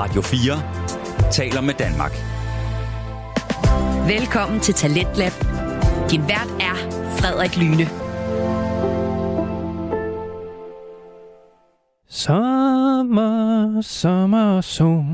Radio 4 taler med Danmark. Velkommen til Talentlab. Din vært er Frederik Lyne. Sommer, sol.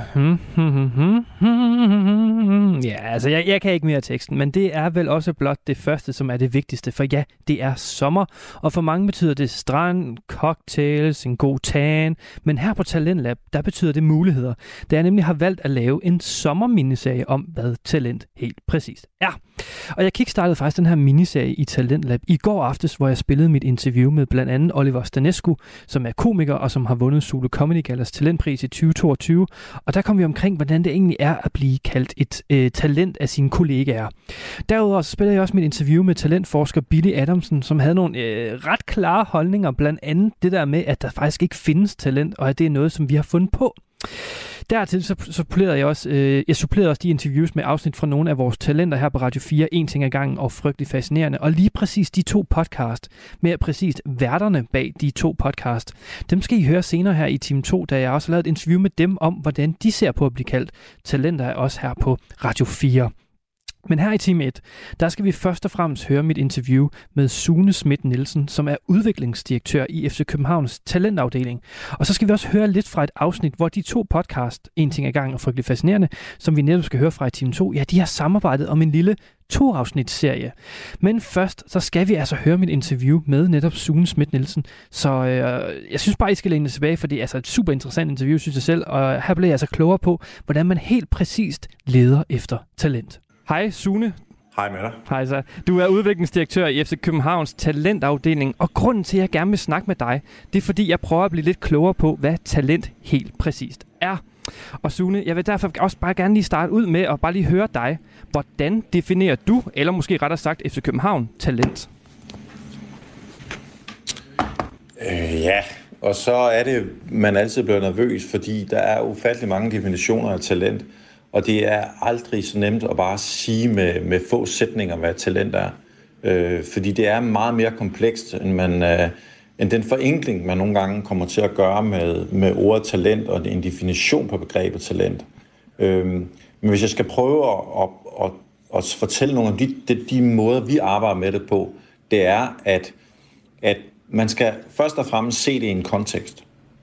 Ja, altså jeg kan ikke mere af teksten, men det er vel også blot det første, som er det vigtigste. For ja, det er sommer, og for mange betyder det strand, cocktails, en god tan. Men her på Talentlab, der betyder det muligheder. Da jeg nemlig har valgt at lave en sommerminiserie om, hvad talent helt præcist er. Og jeg kickstartede faktisk den her miniserie i Talentlab i går aftes, hvor jeg spillede mit interview med blandt andet Oliver Stanescu, som er komiker og som har vundet Zulu Comedy Galas talentpris i 2022. Og der kom vi omkring, hvordan det egentlig er at blive kaldt et talent af sine kollegaer. Derudover så spillede jeg også mit interview med talentforsker Billy Adamsen, som havde nogle ret klare holdninger, blandt andet det der med, at der faktisk ikke findes talent, og at det er noget, som vi har fundet på. Dertil så supplerede jeg også de interviews med afsnit fra nogle af vores talenter her på Radio 4, En ting ad gangen og Frygtelig Fascinerende. Og lige præcis de to podcast, mere præcist værterne bag de to podcast, dem skal I høre senere her i time 2, da jeg også lavede et interview med dem om, hvordan de ser på at blive kaldt talenter af os her på Radio 4. Men her i time 1, der skal vi først og fremmest høre mit interview med Sune Schmidt Nielsen, som er udviklingsdirektør i FC Københavns talentafdeling. Og så skal vi også høre lidt fra et afsnit, hvor de to podcast, En ting ad gangen og Frygtelig Fascinerende, som vi netop skal høre fra i time 2, ja, de har samarbejdet om en lille 2-afsnitsserie. Men først, så skal vi altså høre mit interview med netop Sune Schmidt Nielsen. Så jeg synes bare, I skal læne tilbage, for det er altså et super interessant interview, synes jeg selv. Og her bliver jeg altså klogere på, hvordan man helt præcist leder efter talent. Hej Sune. Hej med dig. Hej så. Du er udviklingsdirektør i FC Københavns talentafdeling, og grunden til, at jeg gerne vil snakke med dig, det er fordi, jeg prøver at blive lidt klogere på, hvad talent helt præcist er. Og Sune, jeg vil derfor også bare gerne lige starte ud med at bare lige høre dig. Hvordan definerer du, eller måske rettere sagt FC København, talent? Ja, og så er det, man altid bliver nervøs, fordi der er ufattelig mange definitioner af talent. Og det er aldrig så nemt at bare sige med få sætninger, hvad talent er. Fordi det er meget mere komplekst, end den forenkling, man nogle gange kommer til at gøre med ordet talent og en definition på begrebet talent. Men hvis jeg skal prøve at fortælle nogle af de måder, vi arbejder med det på, det er, at man skal først og fremmest se det i en kontekst.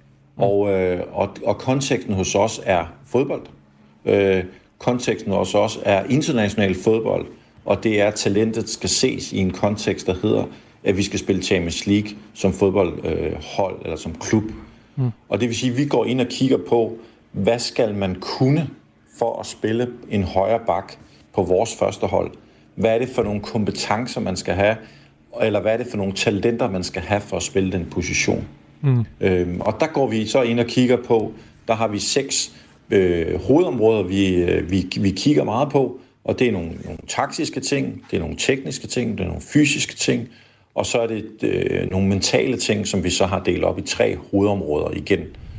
Og konteksten hos os er fodbold. Konteksten hos os er international fodbold, og det er, at talentet skal ses i en kontekst, der hedder, at vi skal spille Champions League som fodboldhold eller som klub. Og det vil sige, at vi går ind og kigger på, hvad skal man kunne for at spille en højre bak på vores første hold? Hvad er det for nogle kompetencer, man skal have? Eller hvad er det for nogle talenter, man skal have for at spille den position? Og der går vi så ind og kigger på, der har vi 6 hovedområder, vi kigger meget på, og det er nogle taktiske ting, det er nogle tekniske ting, det er nogle fysiske ting, og så er det nogle mentale ting, som vi så har delt op i 3 hovedområder igen.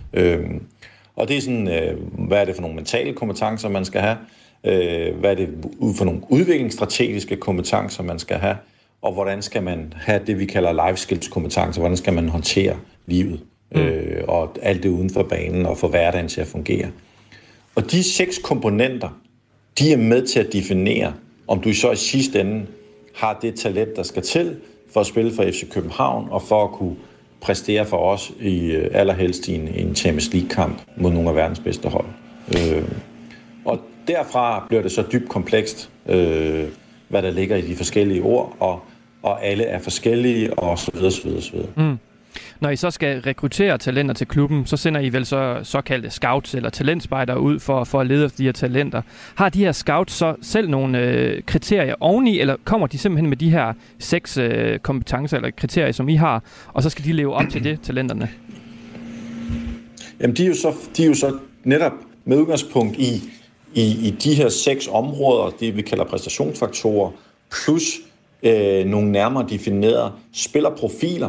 Og det er sådan, hvad er det for nogle mentale kompetencer, man skal have, hvad er det for nogle udviklingsstrategiske kompetencer, man skal have, og hvordan skal man have det, vi kalder life skills kompetencer, hvordan skal man håndtere livet, og alt det uden for banen, og få hverdagen til at fungere. Og de 6 komponenter, de er med til at definere, om du så i sidste ende har det talent, der skal til for at spille for FC København, og for at kunne præstere for os allerhelst i en Champions League-kamp mod nogle af verdens bedste hold. Og derfra bliver det så dybt komplekst, hvad der ligger i de forskellige ord, og alle er forskellige, og så videre, så videre, så videre. Når I så skal rekruttere talenter til klubben, så sender I vel så såkaldte scouts eller talentspejdere ud for at lede efter de her talenter. Har de her scouts så selv nogle kriterier oveni, eller kommer de simpelthen med de her 6 kompetencer eller kriterier, som I har, og så skal de leve op til det, talenterne? Jamen, de er jo så netop med udgangspunkt i de her 6 områder, det vi kalder præstationsfaktorer, plus nogle nærmere definerede spillerprofiler.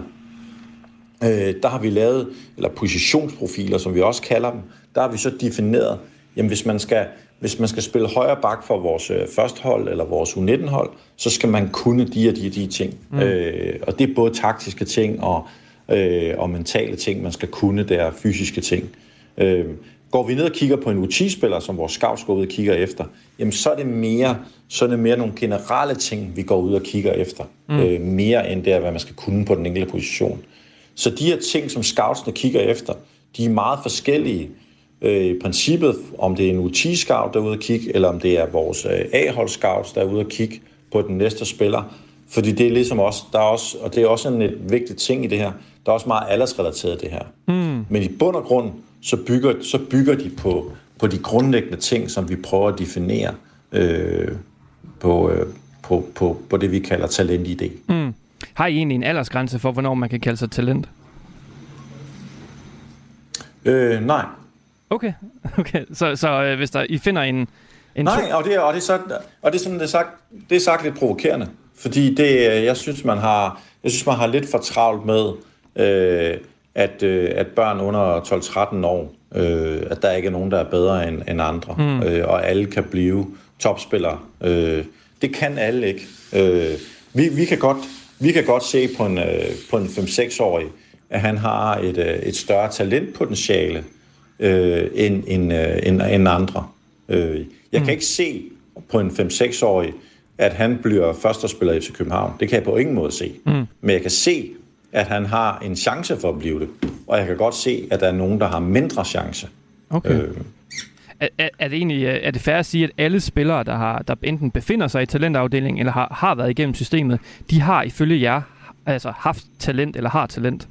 Der har vi lavet, eller positionsprofiler, som vi også kalder dem, der har vi så defineret, jamen hvis man skal spille højre bak for vores førstehold eller vores U19-hold, så skal man kunne de og de ting. Og det er både taktiske ting og mentale ting, man skal kunne, der fysiske ting. Går vi ned og kigger på en U10-spiller, som vores scouts går ud og kigger efter, jamen så er det mere nogle generelle ting, vi går ud og kigger efter. Mere end det, hvad man skal kunne på den enkelte position. Så de her ting, som scoutsene kigger efter, de er meget forskellige. I princippet, om det er en U10-scout, der er ude at kigge, eller om det er vores A-hold-scouts, der er ude at kigge på den næste spiller. Fordi det er ligesom også, og det er også en vigtig ting i det her, der er også meget aldersrelateret det her. Men i bund og grund, så bygger de på de grundlæggende ting, som vi prøver at definere på det, vi kalder talent-ID. Har I egentlig en aldersgrænse for, hvornår man kan kalde sig talent? Nej. Okay. Så hvis I finder en nej, og det er sådan, det er sagt lidt provokerende, fordi jeg synes man har lidt for travlt med at børn under 12-13 år, at der ikke er nogen, der er bedre end andre, og alle kan blive topspillere. Det kan alle ikke. Vi kan godt se på en 5-6-årig, at han har et større talentpotentiale end andre. Jeg kan ikke se på en 5-6-årig, at han bliver førstespiller i FC København. Det kan jeg på ingen måde se. Men jeg kan se, at han har en chance for at blive det. Og jeg kan godt se, at der er nogen, der har mindre chance. Okay. Er det fair at sige, at alle spillere, der enten befinder sig i talentafdelingen, eller har været igennem systemet, de har ifølge jer altså haft talent eller har talent?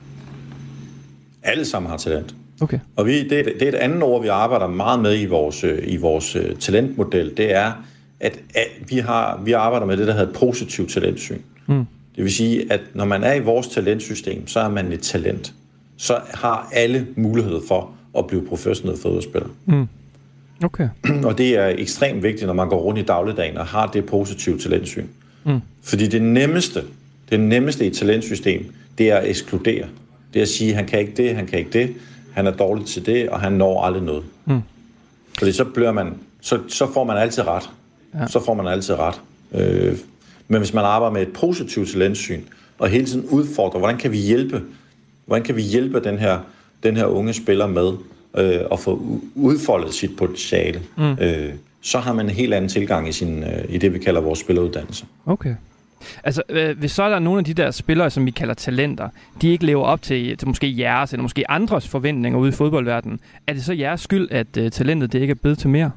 Alle sammen har talent. Okay. Og det er et andet ord, vi arbejder meget med i vores talentmodel. Det er, at vi arbejder med det, der hedder positiv talentsyn. Det vil sige, at når man er i vores talentsystem, så er man et talent. Så har alle muligheder for at blive professionel fodboldspiller. Okay. Og det er ekstremt vigtigt, når man går rundt i dagligdagen og har det positive talentsyn. Fordi det nemmeste i et talentsystem, det er at ekskludere. Det er at sige, han kan ikke det, han kan ikke det, han er dårlig til det, og han når aldrig noget. Fordi så får man altid ret. Ja. Så får man altid ret. Men hvis man arbejder med et positivt talentsyn, og hele tiden udfordrer, hvordan kan vi hjælpe den her unge spiller med at få udfoldet sit potentiale, så har man en helt anden tilgang i det, vi kalder vores spilleruddannelse. Okay. Altså, hvis så er der nogle af de der spillere, som vi kalder talenter, de ikke lever op til måske jeres, eller måske andres forventninger ude i fodboldverdenen, er det så jeres skyld, at talentet det ikke er blevet til mere?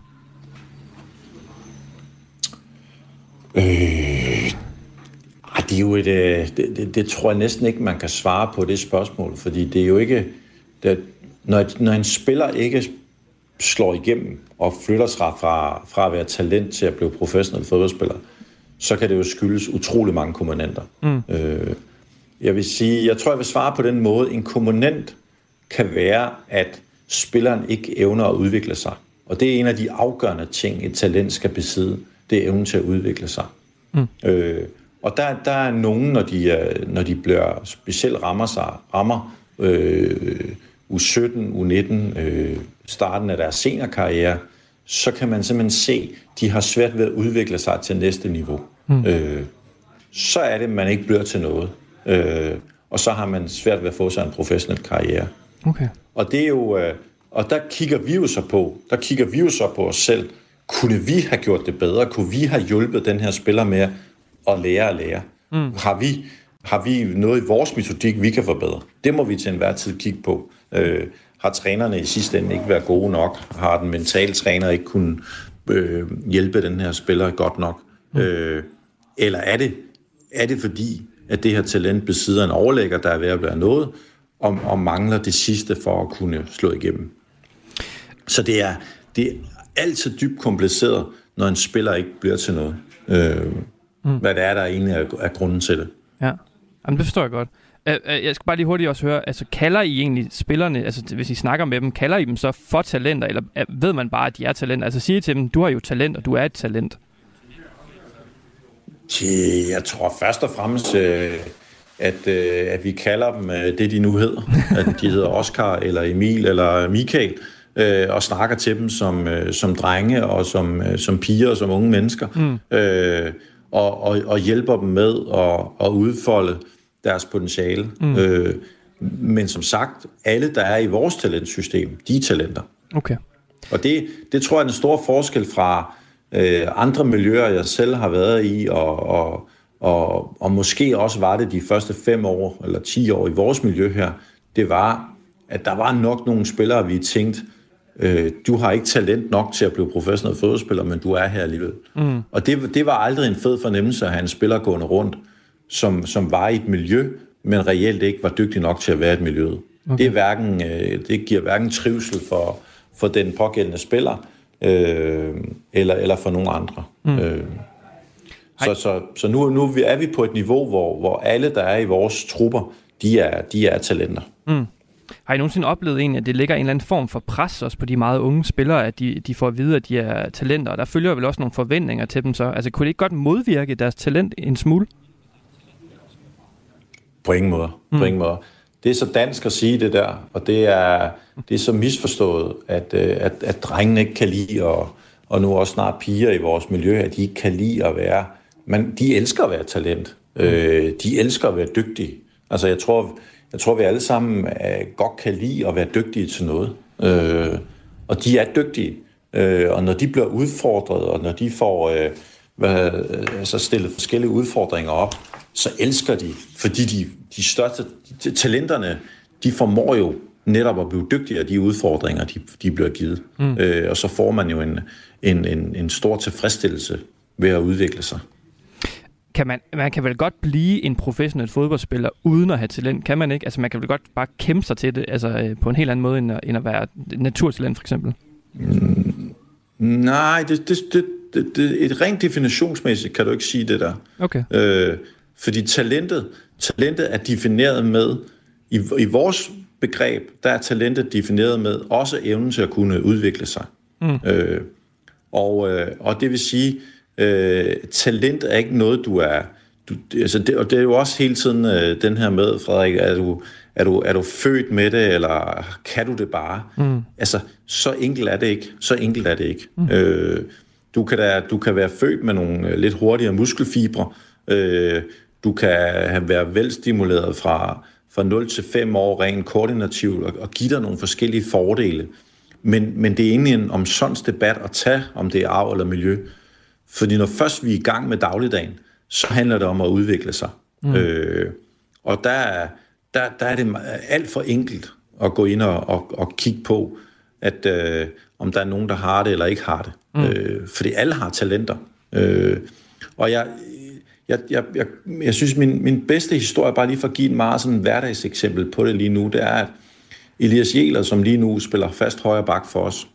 Det er jo det tror jeg næsten ikke, man kan svare på det spørgsmål, fordi det er jo ikke... Når en spiller ikke slår igennem og flytter sig fra at være talent til at blive professionel fodboldspiller, så kan det jo skyldes utrolig mange komponenter. Jeg vil sige, jeg tror, jeg vil svare på den måde. En komponent kan være, at spilleren ikke evner at udvikle sig. Og det er en af de afgørende ting, et talent skal besidde. Det er evnen til at udvikle sig. Og der er nogen, når de bliver specielt rammer U17, U19, starten af deres seniorkarriere, så kan man simpelthen se, de har svært ved at udvikle sig til næste niveau. Så er det, man ikke bliver til noget. Og så har man svært ved at få sig en professionel karriere. Okay. Og det er jo, og der kigger vi jo så på os selv. Kunne vi have gjort det bedre? Kunne vi have hjulpet den her spiller med at lære? Har vi noget i vores metodik, vi kan forbedre? Det må vi til enhver tid kigge på. Har trænerne i sidste ende ikke været gode nok? Har den mentale træner ikke kunnet hjælpe den her spiller godt nok? Eller er det fordi, at det her talent besidder en overlægger, der er ved at være noget, og mangler det sidste for at kunne slå igennem? Så det er altid dybt kompliceret, når en spiller ikke bliver til noget. Hvad det er, der egentlig er grunden til det. Ja, jamen, det forstår jeg godt. Jeg skal bare lige hurtigt også høre, altså kalder I egentlig spillerne, altså hvis I snakker med dem, kalder I dem så for talenter, eller ved man bare, at de er talenter? Altså siger I til dem, du har jo talent, og du er et talent? Jeg tror først og fremmest, at vi kalder dem det, de nu hedder. At de hedder Oscar, eller Emil, eller Michael, og snakker til dem som drenge, og som piger, og som unge mennesker. Og hjælper dem med at udfolde deres potentiale. Men som sagt, alle, der er i vores talentsystem, de er talenter. Okay. Og det tror jeg er en stor forskel fra andre miljøer, jeg selv har været i, og måske også var det de første 5 år eller 10 år i vores miljø her, det var, at der var nok nogle spillere, vi tænkte, du har ikke talent nok til at blive professionel fodboldspiller, men du er her alligevel. Og det var aldrig en fed fornemmelse at have en spiller gående rundt, som var i et miljø, men reelt ikke var dygtig nok til at være i et miljø. Okay. Det giver hverken trivsel for den pågældende spiller, eller for nogen andre. Så nu er vi på et niveau, hvor alle, der er i vores trupper, de er talenter. Har I nogensinde oplevet egentlig, at det ligger en eller anden form for pres også på de meget unge spillere, at de får at vide, at de er talenter, og der følger vel også nogle forventninger til dem så? Altså, kunne det ikke godt modvirke deres talent en smule? På ingen måde. Det er så dansk at sige det der, og det er så misforstået, at drengene ikke kan lide, og nu også snart piger i vores miljø, at de ikke kan lide at være... Men de elsker at være talent. De elsker at være dygtige. Altså, jeg tror, vi alle sammen godt kan lide at være dygtige til noget. Og de er dygtige. Og når de bliver udfordret, og når de får stillet forskellige udfordringer op, så elsker de, fordi de største talenterne, de formår jo netop at blive dygtige af de udfordringer, de bliver givet. Og så får man jo en stor tilfredsstillelse ved at udvikle sig. Man kan vel godt blive en professionel fodboldspiller uden at have talent, kan man ikke? Altså man kan vel godt bare kæmpe sig til det, altså på en helt anden måde end at være naturtalent for eksempel? Nej, et rent definitionsmæssigt kan du ikke sige det der. Okay. Fordi talentet er defineret med, i vores begreb, der er talentet defineret med også evnen til at kunne udvikle sig. Og det vil sige, talent er ikke noget, og det er jo også hele tiden den her med, Frederik, er du født med det, eller kan du det bare? Altså, så enkelt er det ikke. Du kan være født med nogle lidt hurtigere muskelfibre, du kan være velstimuleret fra 0 til 5 år rent koordinativt, og give dig nogle forskellige fordele. Men det er egentlig en omsondsdebat at tage, om det er arv eller miljø. Fordi når først vi er i gang med dagligdagen, så handler det om at udvikle sig. Og der er det alt for enkelt at gå ind og kigge på, at om der er nogen, der har det eller ikke har det. Fordi alle har talenter. Og jeg synes, min bedste historie, bare lige for at give en meget sådan hverdagseksempel på det lige nu, det er, at Elias Jæler, som lige nu spiller fast højre bak for os,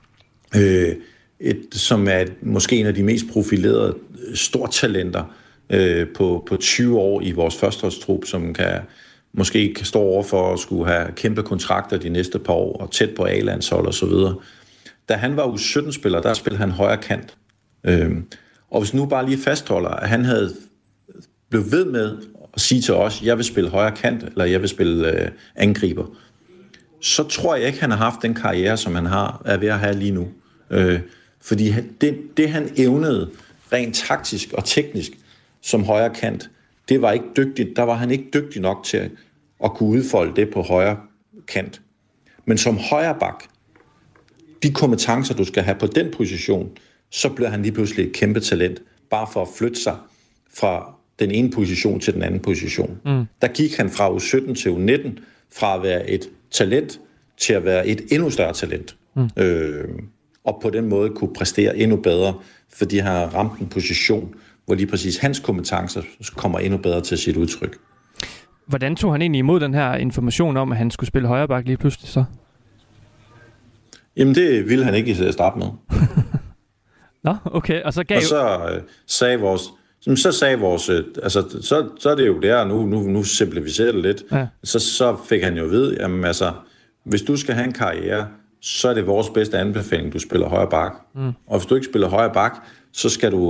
som er måske en af de mest profilerede stortalenter på 20 år i vores førsteholdstrup, som måske kan stå over for at skulle have kæmpe kontrakter de næste par år, og tæt på A-landshold og så videre. Da han var U17-spiller, der spillede han højre kant. Og hvis nu bare lige fastholder, at han havde blevet ved med at sige til os, jeg vil spille højre kant, eller jeg vil spille angriber, så tror jeg ikke, han har haft den karriere, som han er ved at have lige nu. Fordi det han evnede rent taktisk og teknisk som højre kant, det var ikke dygtigt. Der var han ikke dygtig nok til at kunne udfolde det på højre kant. Men som højre bak, de kompetencer, du skal have på den position, så bliver han lige pludselig et kæmpe talent, bare for at flytte sig fra den ene position til den anden position. Der gik han fra U17 til U19, fra at være et talent til at være et endnu større talent. Og på den måde kunne præstere endnu bedre, fordi han har ramt en position, hvor lige præcis hans kompetencer kommer endnu bedre til sit udtryk. Hvordan tog han egentlig imod den her information om, at han skulle spille højre bak lige pludselig så? Jamen det ville han ikke starte med. Nå, okay. Og så sagde vores, altså så er det jo der, nu simplificerer det lidt, ja. Så fik han jo at vide, jamen altså, hvis du skal have en karriere, så er det vores bedste anbefaling, du spiller højre bak. Og hvis du ikke spiller højre bak, så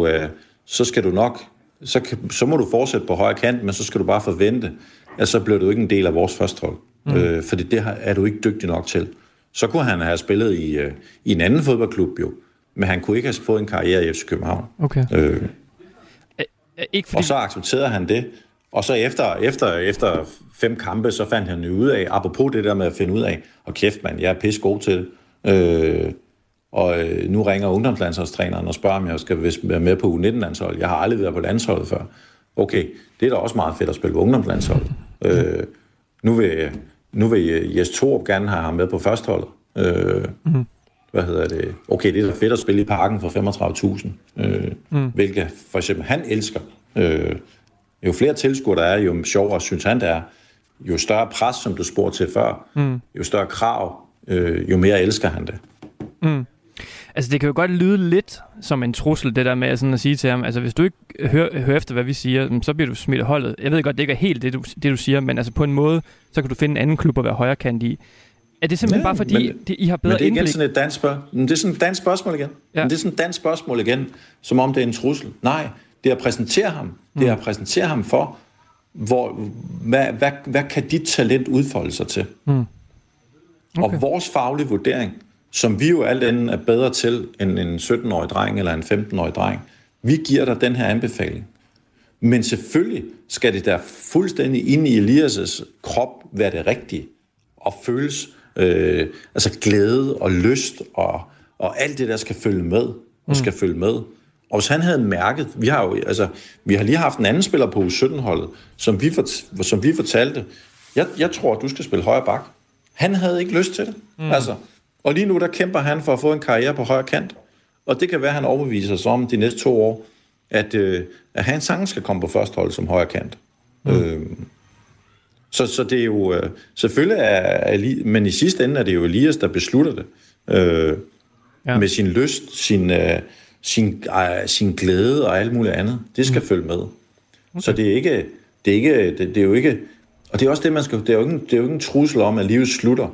må du fortsætte på højre kant, men så skal du bare forvente, at så bliver du ikke en del af vores førstehold. Fordi det er du ikke dygtig nok til. Så kunne han have spillet i en anden fodboldklub jo, men han kunne ikke have fået en karriere i FC København. Okay. Ikke fordi... Og så accepterede han det, og så efter 5 kampe, så fandt han jo ud af, apropos det der med at finde ud af, og kæft mand, jeg er pisse god til det. Nu ringer ungdomslandsholdstræneren og spørger, om jeg skal være med på U19-landshold. Jeg har aldrig været på landsholdet før. Okay, det er da også meget fedt at spille på ungdomslandsholdet. Nu vil Jes Torup gerne have ham med på førsteholdet. Okay, det er da fedt at spille i Parken for 35.000. Hvilket for eksempel han elsker. Jo flere tilskuere der er, jo sjovere synes han det er. Jo større pres, som du spurgte til før, jo større krav, jo mere elsker han det. Altså, det kan jo godt lyde lidt som en trussel, det der med sådan at sige til ham, altså hvis du ikke hører efter, hvad vi siger, så bliver du smidt af holdet. Jeg ved godt, det ikke er helt det, du siger, men altså på en måde, så kan du finde en anden klub at være højrekant i. Er det simpelthen bare fordi, I har bedre indblik? Men det er igen sådan et dansk spørgsmål igen. Ja. Men det er sådan et dansk spørgsmål igen, som om det er en trussel. Nej, det er at præsentere ham. Det er at præsentere ham for, hvad kan dit talent udfolde sig til? Okay. Og vores faglige vurdering, som vi jo alt andet er bedre til end en 17-årig dreng eller en 15-årig dreng, vi giver dig den her anbefaling. Men selvfølgelig skal det der fuldstændig inde i Elias' krop være det rigtige, og føles altså glæde og lyst og alt det der skal følge med og skal følge med. Og hvis han havde mærket, vi har lige haft en anden spiller på U17-holdet, som vi fortalte, jeg tror, du skal spille højre bak. Han havde ikke lyst til det. Og lige nu der kæmper han for at få en karriere på højre kant, og det kan være, at han overbeviser sig om de næste 2 år, at han sagtens skal komme på førstehold som højre kant. Så det er jo selvfølgelig, men i sidste ende er det jo Elias, der beslutter det. Med sin lyst, sin glæde og alt muligt andet. Det skal følge med. Okay. Så det er jo ikke, og det er også det, man skal, det er jo ikke en trussel om, at livet slutter,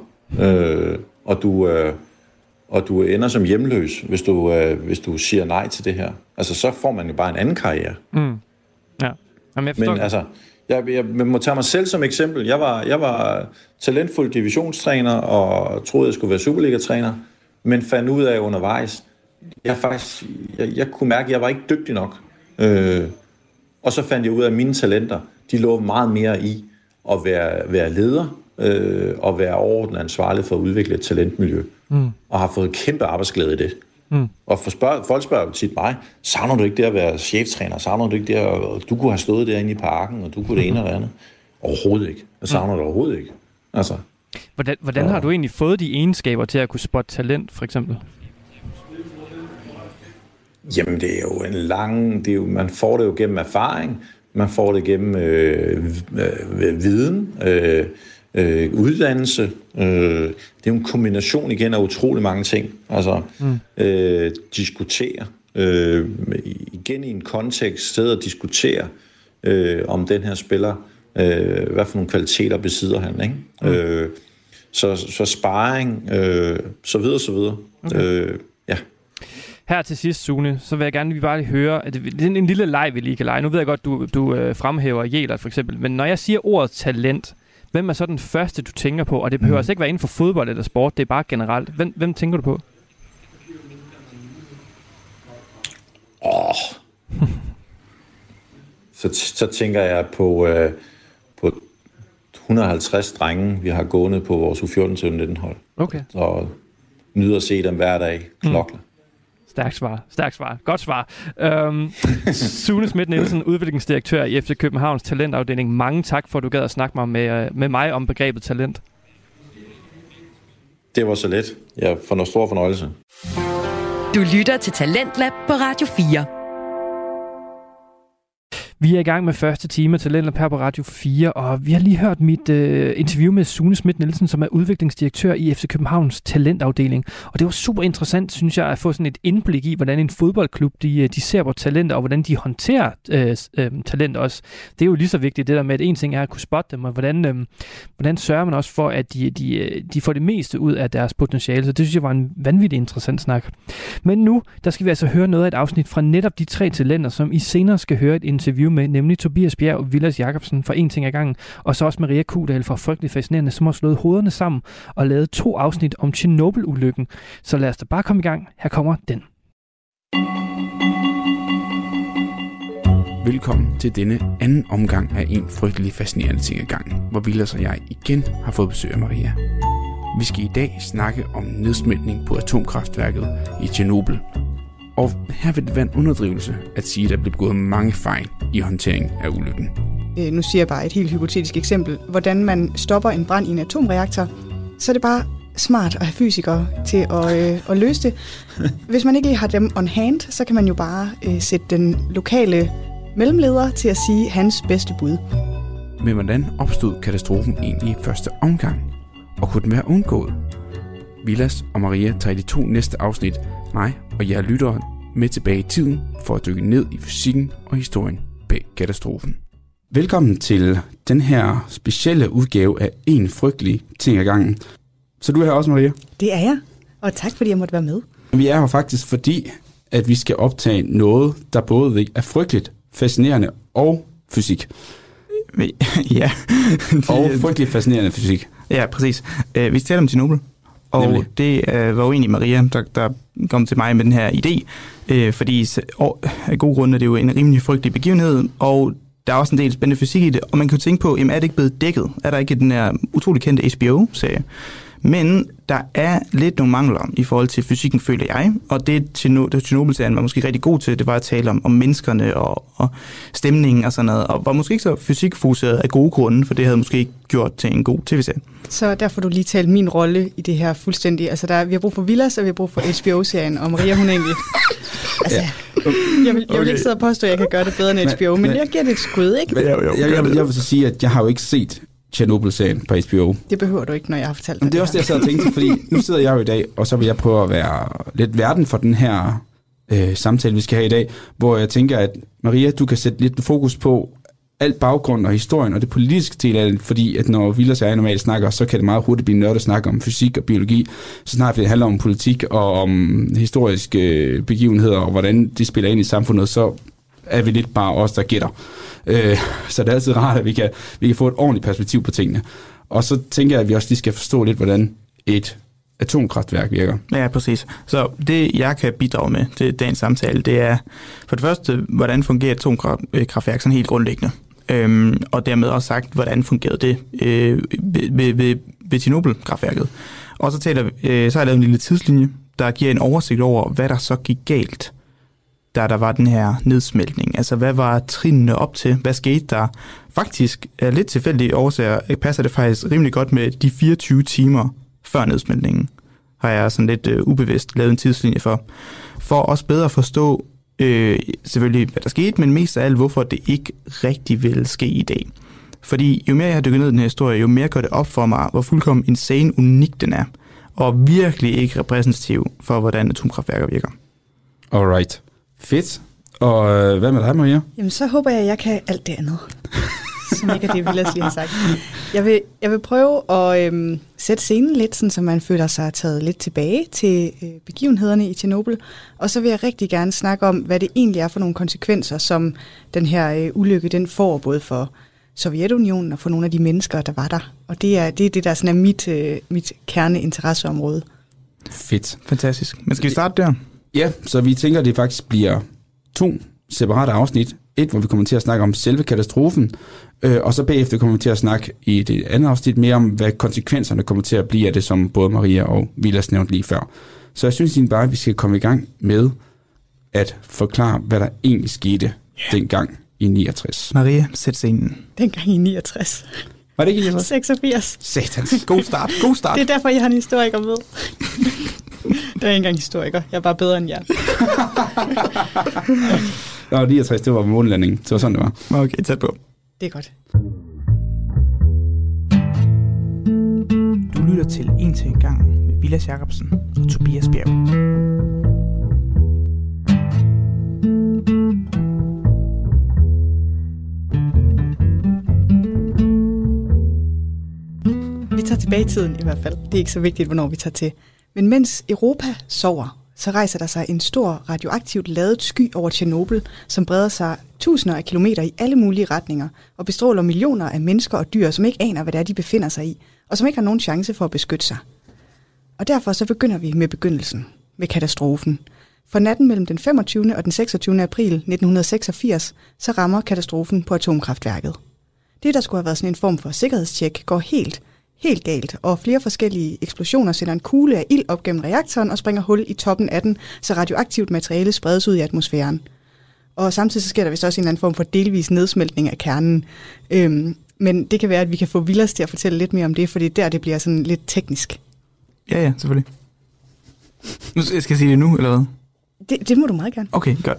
og du ender som hjemløs, hvis du siger nej til det her. Altså, så får man jo bare en anden karriere. Ja. Jamen, men altså, jeg må tage mig selv som eksempel. Jeg var talentfuld divisionstræner og troede, jeg skulle være Superliga-træner, men fandt ud af undervejs, jeg kunne mærke, at jeg var ikke dygtig nok. Og så fandt jeg ud af, at mine talenter, de lå meget mere i at være leder og være overordnet ansvarlig for at udvikle et talentmiljø. Og har fået kæmpe arbejdsglæde i det. Og folk spørger jo tit mig, savner du ikke det at være cheftræner? Savner du ikke det at du kunne have stået derinde i Parken, og du kunne det ene eller andet? Overhovedet ikke. Jeg savner det overhovedet ikke. Altså. Hvordan har du egentlig fået de egenskaber til at kunne spotte talent, for eksempel? Jamen, det er jo en lang... man får det jo gennem erfaring. Man får det gennem viden, uddannelse. Det er jo en kombination igen af utrolig mange ting. Altså, diskutere. Igen i en kontekst, sidde og diskutere om den her spiller, hvad for nogle kvaliteter besidder han, ikke? Så sparring, så videre. Okay. Ja. Her til sidst, Sune, så vil jeg gerne vi bare høre, at det er en lille leg, vi lige kan lege. Nu ved jeg godt, du fremhæver Jelert for eksempel, men når jeg siger ordet talent, hvem er så den første, du tænker på? Og det behøver altså ikke være inden for fodbold eller sport, det er bare generelt. Hvem tænker du på? Så tænker jeg på 150 drenge, vi har gående på vores U14-19-hold. Okay. Og nyder at se dem hver dag. Knokler. Stærkt svar. Godt svar. Sune Schmidt-Nielsen, udviklingsdirektør i FC Københavns talentafdeling. Mange tak for, at du gad at snakke med mig om begrebet talent. Det var så let. Jeg får noget stor fornøjelse. Du lytter til Talentlab på Radio 4. Vi er i gang med første time af Talentlab her på Radio 4, og vi har lige hørt mit interview med Sune Schmidt-Nielsen, som er udviklingsdirektør i FC Københavns talentafdeling. Og det var super interessant, synes jeg, at få sådan et indblik i, hvordan en fodboldklub de ser på talenter, og hvordan de håndterer talent også. Det er jo lige så vigtigt, det der med, at en ting er at kunne spotte dem, og hvordan sørger man også for, at de får det meste ud af deres potentiale. Så det synes jeg var en vanvittig interessant snak. Men nu, der skal vi altså høre noget af et afsnit fra netop de 3 talenter, som I senere skal høre et interview med, nemlig Tobias Bjerg og Vilas Jacobsen fra En Ting ad Gangen, og så også Maria Kudal fra Frygtelig Fascinerende, som har slået hovederne sammen og lavet 2 afsnit om Tjernobyl-ulykken. Så lad os da bare komme i gang. Her kommer den. Velkommen til denne anden omgang af En Frygtelig Fascinerende Ting ad Gangen, hvor Vilas og jeg igen har fået besøg af Maria. Vi skal i dag snakke om nedsmeltning på atomkraftværket i Tjernobyl. Og her vil det være en underdrivelse at sige, at der bliver begået mange fejl i håndteringen af ulykken. Nu siger jeg bare et helt hypotetisk eksempel. Hvordan man stopper en brand i en atomreaktor, så er det bare smart at have fysikere til at løse det. Hvis man ikke lige har dem on hand, så kan man jo bare sætte den lokale mellemleder til at sige hans bedste bud. Men hvordan opstod katastrofen egentlig i første omgang? Og kunne den være undgået? Vilas og Maria tager i de 2 næste afsnit mig og jer lyttere med tilbage i tiden for at dykke ned i fysikken og historien bag katastrofen. Velkommen til den her specielle udgave af En frygtelig ting ad gangen. Så du er her også, Maria? Det er jeg, og tak fordi jeg måtte være med. Vi er her faktisk fordi, at vi skal optage noget, der både er frygteligt, fascinerende og fysik. Ja. Og frygtelig fascinerende fysik. Ja, præcis. Vi taler om Tjernobyl, og nemlig. Det var jo egentlig Maria, der kom til mig med den her idé, fordi af gode grunde er det jo en rimelig frygtelig begivenhed, og der er også en del spændende fysik i det, og man kan jo tænke på, jamen er det ikke blevet dækket? Er der ikke den her utrolig kendte HBO-serie? Men der er lidt nogle mangler i forhold til fysikken, føler jeg, og det Tjernobyl-serien var måske rigtig god til, det var at tale om menneskerne og stemningen og sådan noget, og var måske ikke så fysikfokuseret af gode grunde, for det havde måske ikke gjort til en god tv-serie. Så derfor du lige talt min rolle i det her fuldstændig. Altså vi har brug for Vilas, og vi har brug for HBO-serien, og Maria hun egentlig... Altså, ja. Jeg vil ikke sidde og påstå, at jeg kan gøre det bedre end HBO, men jeg giver det et skud, ikke? Jeg vil så sige, at jeg har jo ikke set Tjernobyl-serien på HBO. Det behøver du ikke, når jeg har fortalt dig. Men det er også det, jeg sad og tænkte, fordi nu sidder jeg jo i dag, og så vil jeg prøve at være lidt verden for den her samtale, vi skal have i dag, hvor jeg tænker, at Maria, du kan sætte lidt fokus på alt baggrund og historien og det politiske del af det, fordi at når Vilas og jeg normalt snakker, så kan det meget hurtigt blive nørdet at snakke om fysik og biologi, så snart det handler om politik og om historiske begivenheder og hvordan de spiller ind i samfundet, så er vi lidt bare os, der gætter. Så det er altid rart, at vi kan få et ordentligt perspektiv på tingene. Og så tænker jeg, at vi også lige skal forstå lidt, hvordan et atomkraftværk virker. Ja, præcis. Så det, jeg kan bidrage med til dagens samtale, det er for det første, hvordan fungerer et atomkraftværk sådan helt grundlæggende. Og dermed også sagt, hvordan fungerede det ved Tjernobyl-kraftværket. Og så har jeg lavet en lille tidslinje, der giver en oversigt over, hvad der så gik galt, da der var den her nedsmeltning. Altså, hvad var trinene op til? Hvad skete der? Faktisk er lidt tilfældige årsager, passer det faktisk rimelig godt med de 24 timer før nedsmeltningen, har jeg sådan lidt ubevidst lavet en tidslinje for også bedre at forstå selvfølgelig, hvad der skete, men mest af alt, hvorfor det ikke rigtig vil ske i dag. Fordi jo mere jeg har dykket ned i den her historie, jo mere gør det op for mig, hvor fuldkommen insane unik den er, og virkelig ikke repræsentativ for, hvordan atomkraftværker virker. Alright. Fedt. Og hvad med dig, Maria? Jamen, så håber jeg kan alt det andet, som ikke er det, Vilas lige har sagt. Jeg vil prøve at sætte scenen lidt, sådan, så man føler sig taget lidt tilbage til begivenhederne i Tjernobyl. Og så vil jeg rigtig gerne snakke om, hvad det egentlig er for nogle konsekvenser, som den her ulykke den får, både for Sovjetunionen og for nogle af de mennesker, der var der. Og det er det, der sådan er mit kerneinteresseområde. Fedt. Fantastisk. Men skal vi starte der? Ja, så vi tænker, at det faktisk bliver 2 separate afsnit. Et, hvor vi kommer til at snakke om selve katastrofen, og så bagefter kommer vi til at snakke i det andet afsnit mere om, hvad konsekvenserne kommer til at blive af det, som både Maria og Vilas nævnte lige før. Så jeg synes egentlig bare, at vi skal komme i gang med at forklare, hvad der egentlig skete dengang i 69. Maria, sæt scenen. Dengang i 69. Var det ikke i 69? 86. Satans. God start. God start. Det er derfor, jeg har en historiker med. Der er ikke engang historiker. Jeg er bare bedre end jer. Nå, 69, det var månelandingen. Det var sådan, det var. Okay, tæt på. Det er godt. Du lytter til En til en gang med Vilas Jacobsen og Tobias Bjerg. Vi tager tilbage i tiden i hvert fald. Det er ikke så vigtigt, hvornår vi tager til. Men mens Europa sover, så rejser der sig en stor radioaktivt ladet sky over Tjernobyl, som breder sig tusinder af kilometer i alle mulige retninger og bestråler millioner af mennesker og dyr, som ikke aner, hvad det er, de befinder sig i, og som ikke har nogen chance for at beskytte sig. Og derfor så begynder vi med begyndelsen, med katastrofen. For natten mellem den 25. og den 26. april 1986, så rammer katastrofen på atomkraftværket. Det, der skulle have været sådan en form for sikkerhedstjek, går helt galt, og flere forskellige eksplosioner sender en kugle af ild op gennem reaktoren og springer hul i toppen af den, så radioaktivt materiale spredes ud i atmosfæren. Og samtidig så sker der vist også en eller anden form for delvis nedsmeltning af kernen. Men det kan være, at vi kan få Vilas til at fortælle lidt mere om det, fordi det bliver sådan lidt teknisk. Ja, selvfølgelig. Nu skal jeg sige det nu, eller hvad? Det må du meget gerne. Okay, godt.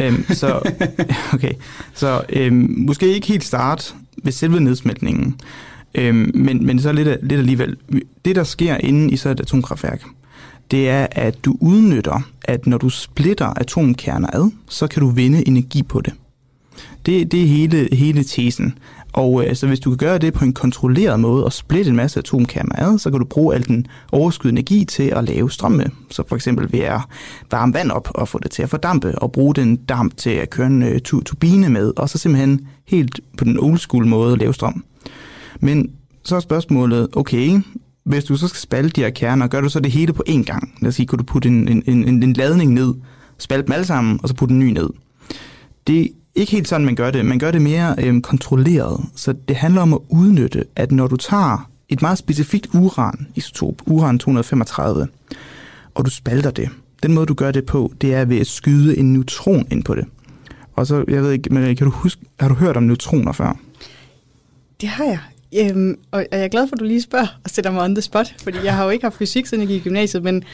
Så måske ikke helt start ved selve nedsmeltningen, men så lidt alligevel. Det, der sker inde i så et atomkraftværk, det er, at du udnytter, at når du splitter atomkerner ad, så kan du vinde energi på det. Det er hele tesen. Og så hvis du kan gøre det på en kontrolleret måde og splitte en masse atomkerner ad, så kan du bruge al den overskydende energi til at lave strøm med. Så for eksempel ved at varme vand op og få det til at fordampe, og bruge den damp til at køre en turbine med, og så simpelthen helt på den old school måde at lave strøm. Men så er spørgsmålet, okay, hvis du så skal spalte de her kerner, gør du så det hele på én gang? Lad os sige, kunne du putte en ladning ned, spalte dem alle sammen, og så putte en ny ned. Det er ikke helt sådan, man gør det. Man gør det mere kontrolleret. Så det handler om at udnytte, at når du tager et meget specifikt uranisotop, uran-235, og du spalter det, den måde, du gør det på, det er ved at skyde en neutron ind på det. Og så, jeg ved ikke, men har du hørt om neutroner før? Det har jeg. Og jeg er glad for, at du lige spørger og sætter mig on the spot, fordi jeg har jo ikke haft fysik, siden jeg gik i gymnasiet, men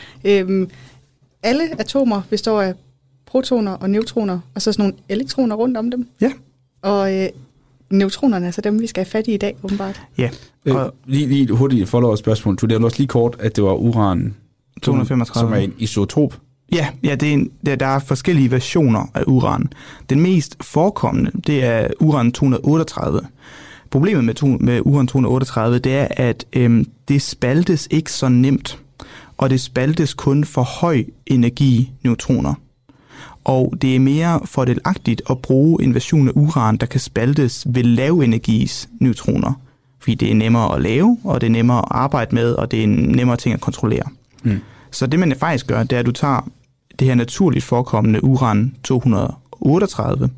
alle atomer består af protoner og neutroner, og så sådan nogle elektroner rundt om dem. Ja. Og neutronerne er så dem, vi skal have fat i dag, åbenbart. Ja. Lige hurtigt follow-up-spørgsmål. Du nævnte også lige kort, at det var uran 235, som er en isotop. Ja, der er forskellige versioner af uran. Den mest forekommende, det er uran 238. Problemet med uran 238, det er, at det spaltes ikke så nemt, og det spaltes kun for høj energi neutroner. Og det er mere fordelagtigt at bruge en version af uran, der kan spaltes ved lav energis neutroner. Fordi det er nemmere at lave, og det er nemmere at arbejde med, og det er nemmere ting at kontrollere. Så det man faktisk gør, det er, at du tager det her naturligt forekommende uran 238,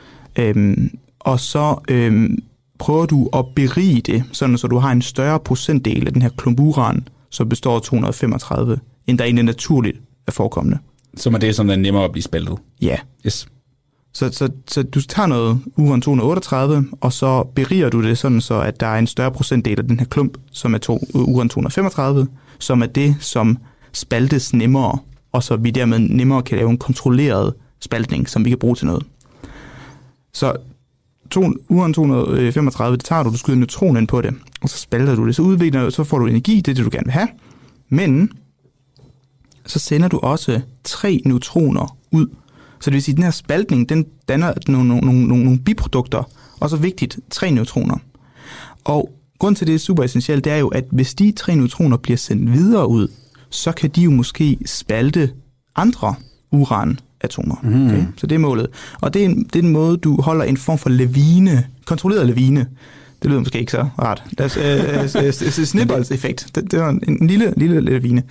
og så prøver du at berige det, sådan så du har en større procentdel af den her klump uran, som består af 235, end der egentlig naturligt er forekommende. Som er det, som er nemmere at blive spaltet. Ja. Yes. Så du tager noget uran 238, og så beriger du det sådan, så at der er en større procentdel af den her klump, som er uran 235, som er det, som spaltes nemmere, og så vi dermed nemmere kan lave en kontrolleret spaltning, som vi kan bruge til noget. Så uran 235, det tager du skyder neutron ind på det, og så spalter du det, så får du energi, det er det, du gerne vil have, men så sender du også 3 neutroner ud. Så det vil sige, at den her spaltning, den danner nogle biprodukter, og så vigtigt, 3 neutroner. Og grund til det er super essentielt, det er jo, at hvis de 3 neutroner bliver sendt videre ud, så kan de jo måske spalte andre uranatomer. Okay? Så det er målet. Og det er en måde, du holder en form for lavine, kontrolleret lavine. Det lyder måske ikke så rart. Snibboldseffekt. Det var en lille lavine.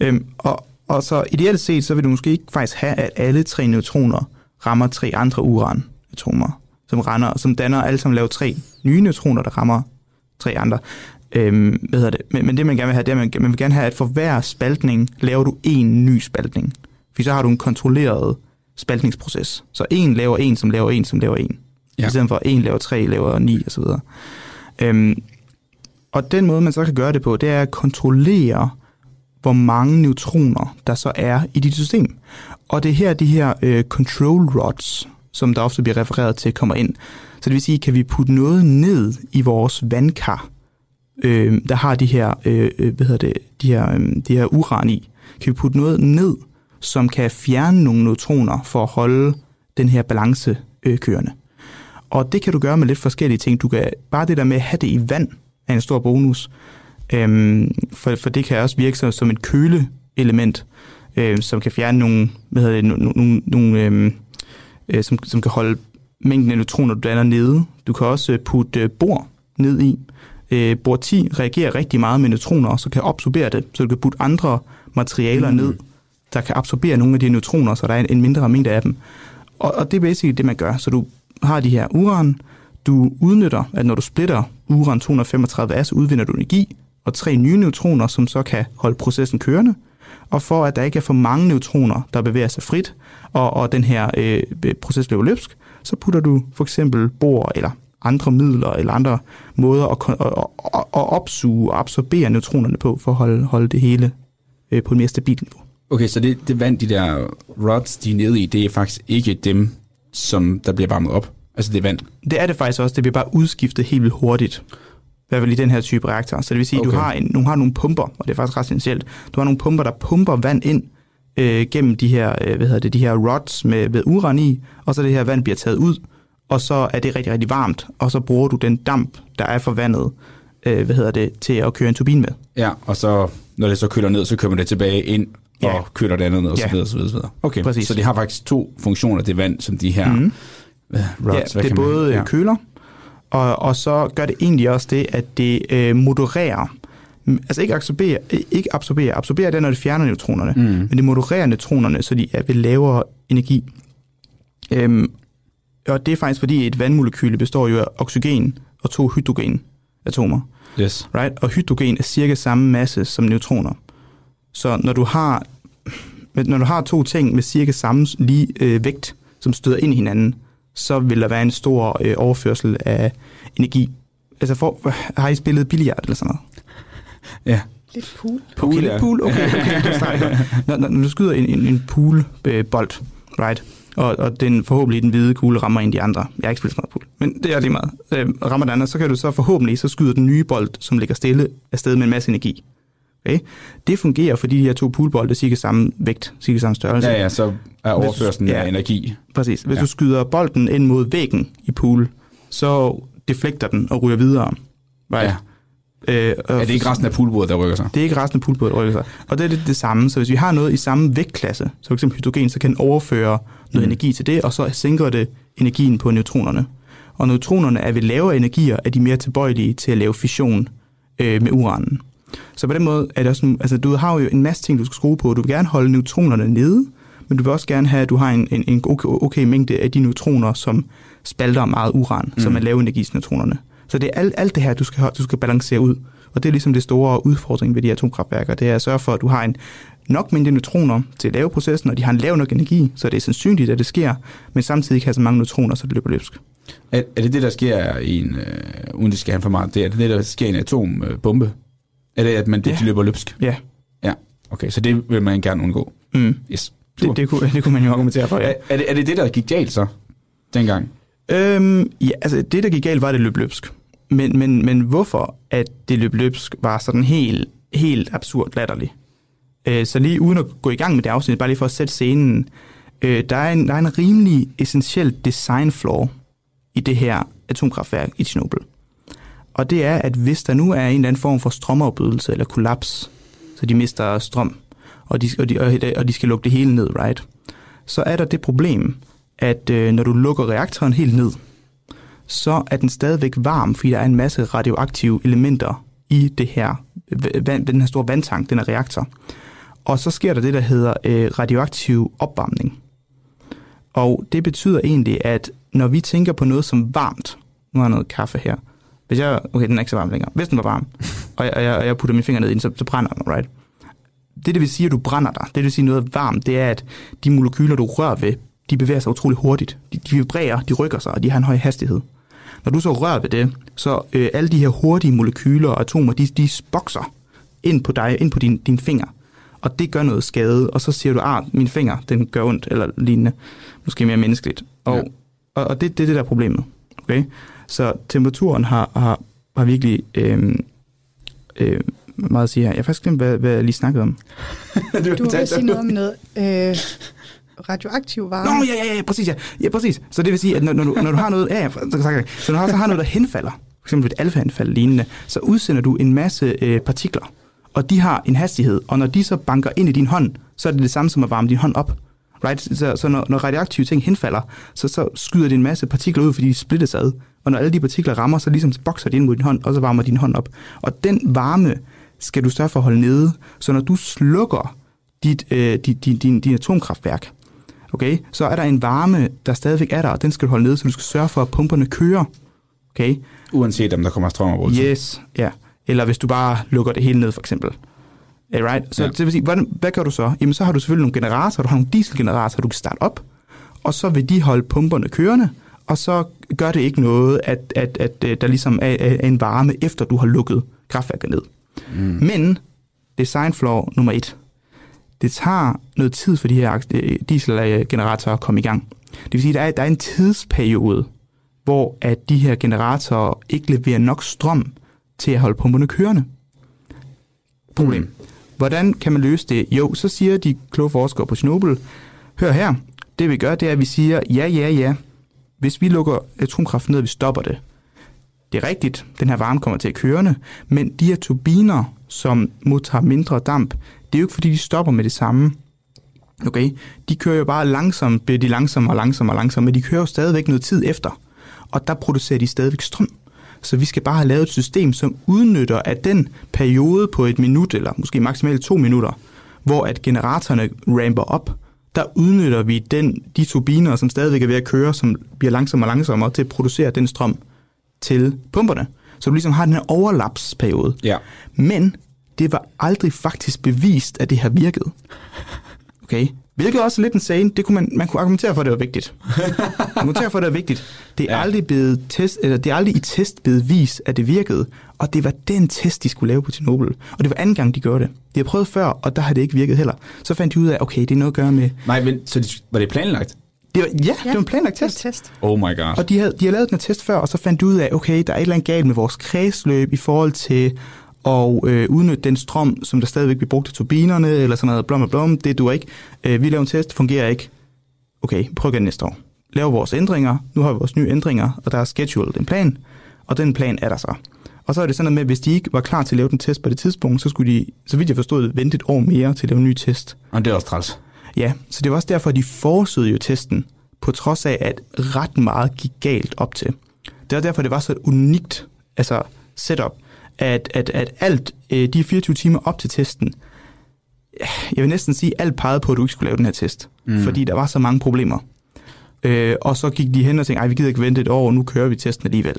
Og så ideelt set, så vil du måske ikke faktisk have, at alle 3 neutroner rammer 3 andre uranatomer, som danner alle sammen laver 3 nye neutroner, der rammer 3 andre. Men det man gerne vil have, det er, at man vil gerne have, at for hver spaltning laver du en ny spaltning. For så har du en kontrolleret spaltningsproces. Så en laver en, som laver en, som laver en. Ja. I stedet for en laver 3, laver 9 osv. Og den måde, man så kan gøre det på, det er at kontrollere, hvor mange neutroner, der så er i dit system. Og det er her, de her control rods, som der ofte bliver refereret til, kommer ind. Så det vil sige, kan vi putte noget ned i vores vandkar, der har de her, de her uran i. Kan vi putte noget ned, som kan fjerne nogle neutroner for at holde den her balance kørende. Og det kan du gøre med lidt forskellige ting. Du kan bare det der med at have det i vand er en stor bonus. For det kan også virke som et køleelement, som kan fjerne nogle som kan holde mængden af neutroner, du danner nede. Du kan også putte bor ned i. Bor 10 reagerer rigtig meget med neutroner, så kan absorbere det, så du kan putte andre materialer ned, der kan absorbere nogle af de neutroner, så der er en mindre mængde af dem. Og det er basically det, man gør. Så du har de her uran, du udnytter, at når du splitter uran 235 af, så udvinder du energi, og 3 nye neutroner, som så kan holde processen kørende. Og for at der ikke er for mange neutroner, der bevæger sig frit, og den her proces løber løbsk, så putter du for eksempel bor eller andre midler eller andre måder at opsuge og absorbere neutronerne på, for at holde det hele på et mere stabilt niveau. Okay, så det vand, de der rods, de er nede i, det er faktisk ikke dem, som der bliver varmet op? Altså det er vand? Det er det faktisk også. Det bliver bare udskiftet helt vildt hurtigt. I hvert fald i den her type reaktor. Så det vil sige, at du har nogle pumper, og det er faktisk ret essentielt. Du har nogle pumper, der pumper vand ind gennem de her, de her rods med uran i, og så det her vand bliver taget ud, og så er det rigtig, rigtig varmt, og så bruger du den damp, der er for vandet, til at køre en turbine med. Ja, og så når det så køler ned, så kører man det tilbage ind, og køler det andet ned, og så videre, så videre. Okay, præcis. Så det har faktisk 2 funktioner, det vand, som de her rods, det er både køler, og så gør det egentlig også det, at det modererer, altså ikke absorberer. Absorberer det, når det fjerner neutronerne, men det modererer neutronerne, så de er ved lavere energi. Og det er faktisk fordi, et vandmolekyle består jo af oxygen og 2 hydrogenatomer. Yes. Right? Og hydrogen er cirka samme masse som neutroner. Så når du har 2 ting med cirka samme lige vægt, som støder ind i hinanden, så vil der være en stor overførsel af energi. Altså har I spillet billard eller sådan noget? Ja. Lidt pool. Okay, lidt pool. Okay. Når du skyder en poolbold, right? Og den forhåbentlig den hvide kugle rammer en de andre. Jeg har ikke spillet så meget pool, men det er lige meget. Rammer den andre, så kan du så forhåbentlig så skyder den nye bold, som ligger stille afsted med en masse energi. Okay? Det fungerer, fordi de her 2 poolbolde er cirka samme vægt, cirka samme størrelse. Ja, så er overførslen af energi. Præcis. Hvis du skyder bolden ind mod væggen i pool, så deflekter den og ryger videre. Right? Ja. Er det ikke resten af poolbordet, der rykker sig? Det er ikke resten af poolbordet, der rykker sig. Og det er det samme. Så hvis vi har noget i samme vægtklasse, så f.eks. hydrogen, så kan den overføre noget energi til det, og så sænker det energien på neutronerne. Og neutronerne er ved lavere energier, er de mere tilbøjelige til at lave fission med uranen. Så på den måde er det også, altså du har jo en masse ting, du skal skrue på. Du vil gerne holde neutronerne nede, men du vil også gerne have, at du har en okay mængde af de neutroner, som spalter meget uran, som er lave energineutronerne. Så det er alt det her, du skal balancere ud. Og det er ligesom det store udfordring ved de atomkraftværker. Det er at sørge for, at du har en nok mængde neutroner til at lave processen, og de har en lav nok energi, så det er sandsynligt, at det sker, men samtidig ikke have så mange neutroner, så det løber løbsk. Er det der sker i en, uden det skal have for meget, er det der sker i en atombombe? Er det, at de løber løbsk? Ja. Ja, okay, så det vil man gerne undgå. Yes. Det kunne man jo argumentere for, ja. Er det, der gik galt så, dengang? Ja, altså det, der gik galt, var det løb løbsk. Men hvorfor at det løb løbsk, var sådan helt absurd latterligt. Så lige uden at gå i gang med det afsnit, bare lige for at sætte scenen, der er en rimelig essentiel design flaw i det her atomkraftværk i Tjernobyl. Og det er, at hvis der nu er en eller anden form for strømafbrydelse eller kollaps, så de mister strøm, og de skal lukke det hele ned, right? Så er der det problem, at når du lukker reaktoren helt ned, så er den stadigvæk varm, fordi der er en masse radioaktive elementer i det her, den her store vandtank, den her reaktor. Og så sker der det, der hedder radioaktiv opvarmning. Og det betyder egentlig, at når vi tænker på noget som varmt, nu har jeg noget kaffe her, okay, den er ikke så varm længere, hvis den var varm, og jeg putter mine fingre ned i den, så brænder den, right? Det vil sige, at du brænder dig. Det vil sige noget varmt, det er, at de molekyler, du rører ved, de bevæger sig utrolig hurtigt. De vibrerer, de rykker sig, og de har en høj hastighed. Når du så rører ved det, så alle de her hurtige molekyler og atomer, de bokser ind på dig, ind på din finger. Og det gør noget skade, og så siger du, min finger, den gør ondt, eller lignende. Måske mere menneskeligt. Og det er det, der er problemet. Okay? Så temperaturen har virkelig meget at sige her. Jeg har faktisk glemt, hvad jeg lige snakkede om. Du vil sige noget om noget radioaktiv varme. Nå, ja, præcis, ja, præcis. Så det vil sige, at når du har noget, så når du har noget, der henfalder, for eksempel et alfa-henfald lignende, så udsender du en masse partikler, og de har en hastighed, og når de så banker ind i din hånd, så er det samme som at varme din hånd op. Right? Så når radioaktive ting henfalder, så skyder det en masse partikler ud, fordi de splittes ad. Og når alle de partikler rammer, så ligesom bokser de ind mod din hånd, og så varmer din hånd op. Og den varme skal du sørge for at holde nede. Så når du slukker din atomkraftværk, okay, så er der en varme, der stadigvæk er der, og den skal du holde nede, så du skal sørge for, at pumperne kører. Okay? Uanset om der kommer strøm over. Yes, ja. eller hvis du bare lukker det hele ned, for eksempel. Right? Så det vil sige, hvad gør du så? Jamen, så har du selvfølgelig nogle generatorer, du har nogle dieselgeneratorer, du kan starte op, og så vil de holde pumperne kørende, og så gør det ikke noget, at der ligesom er en varme, efter du har lukket kraftværket ned. Men design flaw nummer 1. Det tager noget tid for de her dieselgeneratorer at komme i gang. Det vil sige, at der er en tidsperiode, hvor at de her generatorer ikke leverer nok strøm til at holde pumperne kørende. Problem. Hvordan kan man løse det? Jo, så siger de kloge forskere på Chernobyl, hør her, det vi gør, det er, at vi siger, ja, hvis vi lukker atomkraft ned, og vi stopper det. Det er rigtigt, den her varme kommer til at kørende, men de her turbiner, som modtager mindre damp, det er jo ikke, fordi de stopper med det samme. Okay? De kører jo bare langsomt, bliver de langsommere, men de kører jo stadigvæk noget tid efter. Og der producerer de stadigvæk strøm. Så vi skal bare have lavet et system, som udnytter af den periode på 1 minut, eller måske maksimalt 2 minutter, hvor at generatorerne ramper op, der udnytter vi de turbiner, som stadigvæk er ved at køre, som bliver langsommere til at producere den strøm til pumperne. Så du ligesom har den her overlapsperiode. Ja. Men det var aldrig faktisk bevist, at det har virket. Okay? Hvilket også er lidt insane. Det kunne man kunne argumentere for, at det var vigtigt. Det er aldrig det er aldrig i test blevet vist, at det virkede. Og det var den test, de skulle lave på Chernobyl. Og det var anden gang, de gjorde det. De har prøvet før, og der har det ikke virket heller. Så fandt de ud af, okay, det er noget at gøre med... Nej, men så var det planlagt? Det var en planlagt test. Oh my god. Og de har lavet den her test før, og så fandt de ud af, okay, der er et eller andet galt med vores kredsløb i forhold til at udnytte den strøm, som der stadigvæk bliver brugt til turbinerne, eller sådan noget blom, det duer ikke. Vi laver en test, det fungerer ikke. Okay, prøv igen næste år. Lav vores ændringer, nu har vi vores nye ændringer, og der er scheduled en plan, og den plan er der så. Og så er det sådan noget med, at hvis de ikke var klar til at lave den test på det tidspunkt, så skulle de, så vidt jeg forstod, vente et år mere til at lave en ny test. Og det er også træls. Ja, så det var også derfor, at de foresøgede jo testen, på trods af, at ret meget gik galt op til. Det var derfor, det var så et unikt setup, at alt de 24 timer op til testen, jeg vil næsten sige, alt pegede på, at du ikke skulle lave den her test, fordi der var så mange problemer. Og så gik de hen og tænkte, vi gider ikke vente et år, og nu kører vi testen alligevel.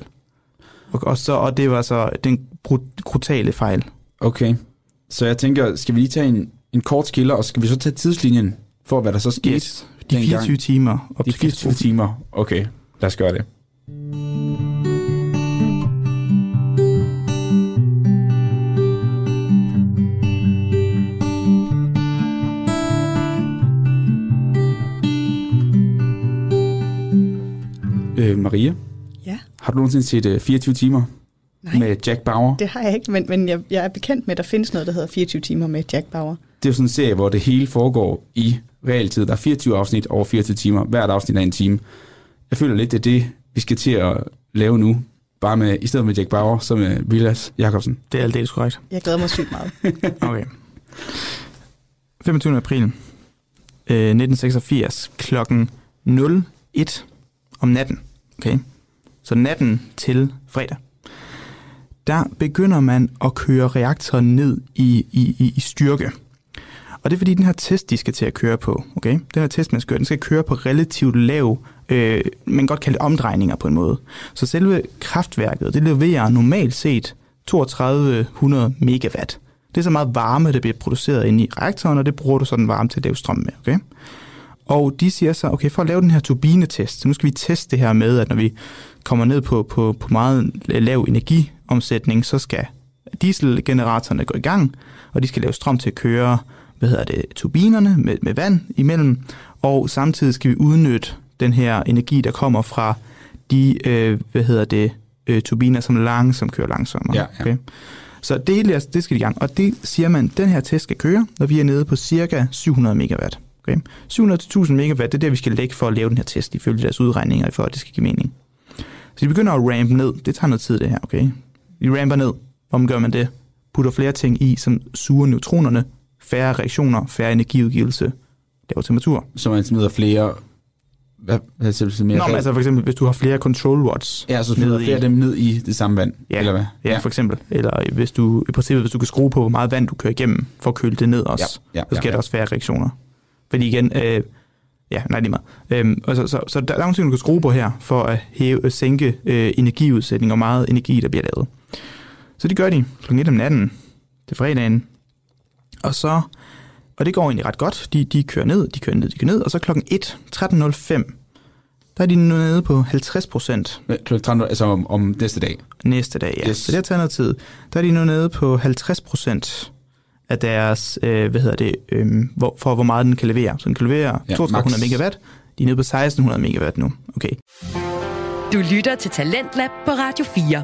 Og det var så den brutale fejl. Okay, så jeg tænker, skal vi lige tage en kort skiller, og skal vi så tage tidslinjen for, hvad der så skete? Yes, de 24 timer. De 24 timer, okay, lad os gøre det. Maria? Ja? Har du nogensinde set 24 timer? Nej, med Jack Bauer? Det har jeg ikke, men jeg er bekendt med, at der findes noget, der hedder 24 timer med Jack Bauer. Det er jo sådan en serie, hvor det hele foregår i realtid. Der er 24 afsnit over 24 timer. Hvert afsnit er en time. Jeg føler lidt, det er det, vi skal til at lave nu. Bare med, i stedet med Jack Bauer, så med Vilas Jacobsen. Det er aldeles korrekt. Jeg glæder mig sygt meget. Okay. 25. april 1986 klokken 01 om natten. Okay. Så natten til fredag. Der begynder man at køre reaktoren ned i styrke. Og det er fordi, den her test, de skal til at køre på, okay? Den her test, man skal køre, den skal køre på relativt lav, man kan godt kalde det omdrejninger på en måde. Så selve kraftværket, det leverer normalt set 3200 megawatt. Det er så meget varme, der bliver produceret inde i reaktoren, og det bruger du sådan varme til at lave strøm med, okay? Og de siger så, okay, for at lave den her turbinetest, så nu skal vi teste det her med, at når vi kommer ned på meget lav energiomsætning, så skal dieselgeneratorerne gå i gang, og de skal lave strøm til at køre, turbinerne med vand imellem, og samtidig skal vi udnytte den her energi, der kommer fra de, turbiner, som langsomt kører langsommere. Ja. Okay? Så det hele, det skal i gang, og det siger man, den her test skal køre, når vi er nede på cirka 700 megawatt. Okay? 700-1000 megawatt, det er der, vi skal lægge for at lave den her test, ifølge deres udregninger, for at det skal give mening. Så de begynder at rampe ned. Det tager noget tid, det her, okay? De ramper ned. Hvordan gør man det? Putter flere ting i, som suger neutronerne, færre reaktioner, færre energiudgivelse, laver temperatur. Så man smider flere... Hvad mere? Nå, men altså for eksempel, hvis du har flere control rods... Ja, så smider flere af dem ned i det samme vand, ja, eller hvad? Ja, for eksempel. Eller hvis du kan skrue på, hvor meget vand du kører igennem, for at køle det ned også. Så sker der også færre reaktioner. Fordi igen... lige meget. Så der er nogle ting, du kan skrue på her, for at sænke energiudsætning og meget energi, der bliver lavet. Så det gør de kl. 1 om natten til fredagen. Og det går egentlig ret godt. De kører ned, og så klokken 13.05, der er de nede på 50%. Klokken 13, altså om næste dag? Næste dag, ja. Yes. Så det har taget noget tid. Der er de nu nede på 50% af deres, for hvor meget den kan levere. Så den kan levere 3200 megawatt. De er nede på 1600 megawatt nu. Okay. Du lytter til Talentlab på Radio 4.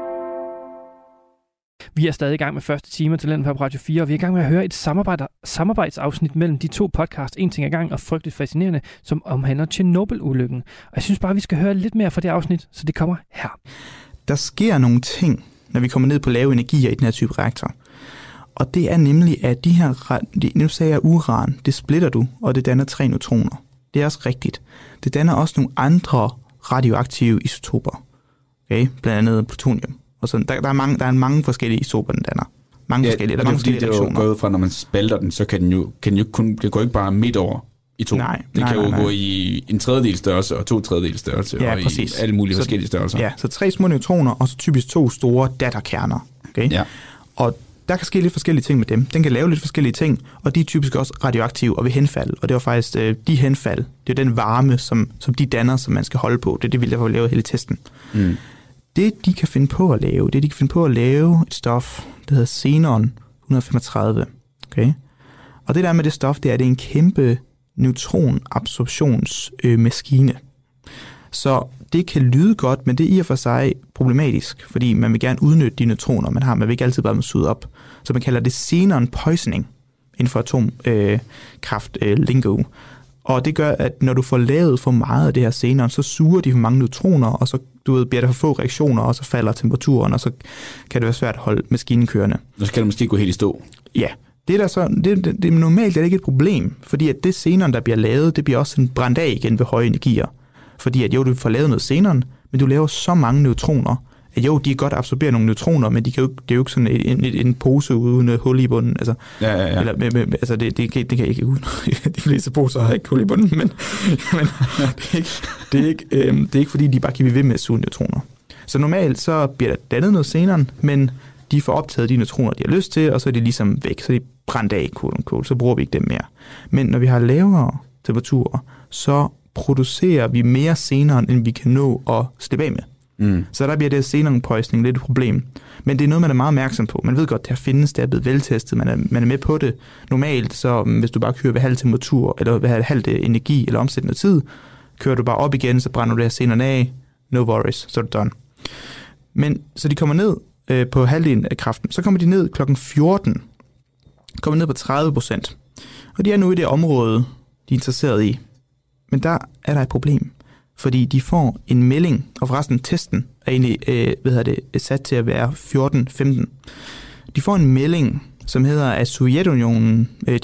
Vi er stadig i gang med første time af Talentlab på Radio 4, og vi er i gang med at høre et samarbejdsafsnit mellem de to podcasts, En ting ad gang og Frygteligt Fascinerende, som omhandler Tjernobyl-ulykken. Og jeg synes bare, vi skal høre lidt mere fra det afsnit, så det kommer her. Der sker nogle ting, når vi kommer ned på lave energier i den her type reaktor. Og det er nemlig, at nu sagde jeg uran, det splitter du, og det danner 3 neutroner. Det er også rigtigt. Det danner også nogle andre radioaktive isotoper. Okay? Blandt andet plutonium. Og så der er mange forskellige isotoper, den danner. Mange forskellige reaktioner. Det er jo gået fra, når man spalter den, så kan den jo kun, det går ikke bare midt over i to. Det kan jo gå i en tredjedel størrelse og 2/3 størrelse, og præcis. I alle mulige forskellige størrelser. Ja, så 3 små neutroner, og så typisk 2 store datterkerner. Okay? Ja. Og der kan ske lidt forskellige ting med dem. Den kan lave lidt forskellige ting, og de er typisk også radioaktive og ved henfald. Og det var faktisk de henfald, det er den varme, som de danner, som man skal holde på. Det er det, vi har lavet hele testen. Mm. Det, de kan finde på at lave, et stof, der hedder xenon 135. Okay? Og det der med det stof, det er en kæmpe neutronabsorptionsmaskine. Så det kan lyde godt, men det er i og for sig problematisk, fordi man vil gerne udnytte de neutroner, man har. Man vil ikke altid bare med suget op. Så man kalder det xenon poisoning inden for atomkraft lingo. Og det gør, at når du får lavet for meget af det her xenon, så suger de for mange neutroner, og så bliver der for få reaktioner, og så falder temperaturen, og så kan det være svært at holde maskinen kørende. Og så kan det måske gå helt i stå. Ja, det er normalt er det ikke et problem, fordi at det xenon, der bliver lavet, det bliver også brændt af igen ved høje energier. Fordi at du får lavet noget xenon, men du laver så mange neutroner, at de kan godt absorbere nogle neutroner, men det er jo ikke sådan en pose uden hul i bunden. Altså, ja. Eller, det kan ikke ud. De fleste poser har ikke hul i bunden, men det er ikke fordi, de bare kan blive ved med at suge neutroner. Så normalt så bliver der dannet noget xenon, men de får optaget de neutroner, de har lyst til, og så er de ligesom væk, så de er brændt af, så bruger vi ikke dem mere. Men når vi har lavere temperaturer, så producerer vi mere xenon, end vi kan nå at slippe af med. Mm. Så der bliver det xenon poisoning lidt et problem. Men det er noget, man er meget opmærksom på. Man ved godt, det her findes, det er blevet veltestet, man er med på det. Normalt, så hvis du bare kører ved halv temperatur, eller ved halv energi, eller omsættende tid, kører du bare op igen, så brænder du det her xenon af, no worries, så er det done. Men, så de kommer ned på halvdelen af kraften. Så kommer de ned klokken 14, kommer ned på 30%. Og de er nu i det område, de er interesseret i. Men der er der et problem. Fordi de får en melding, og forresten testen er egentlig sat til at være 14-15. De får en melding, som hedder, at Sovjetunionen,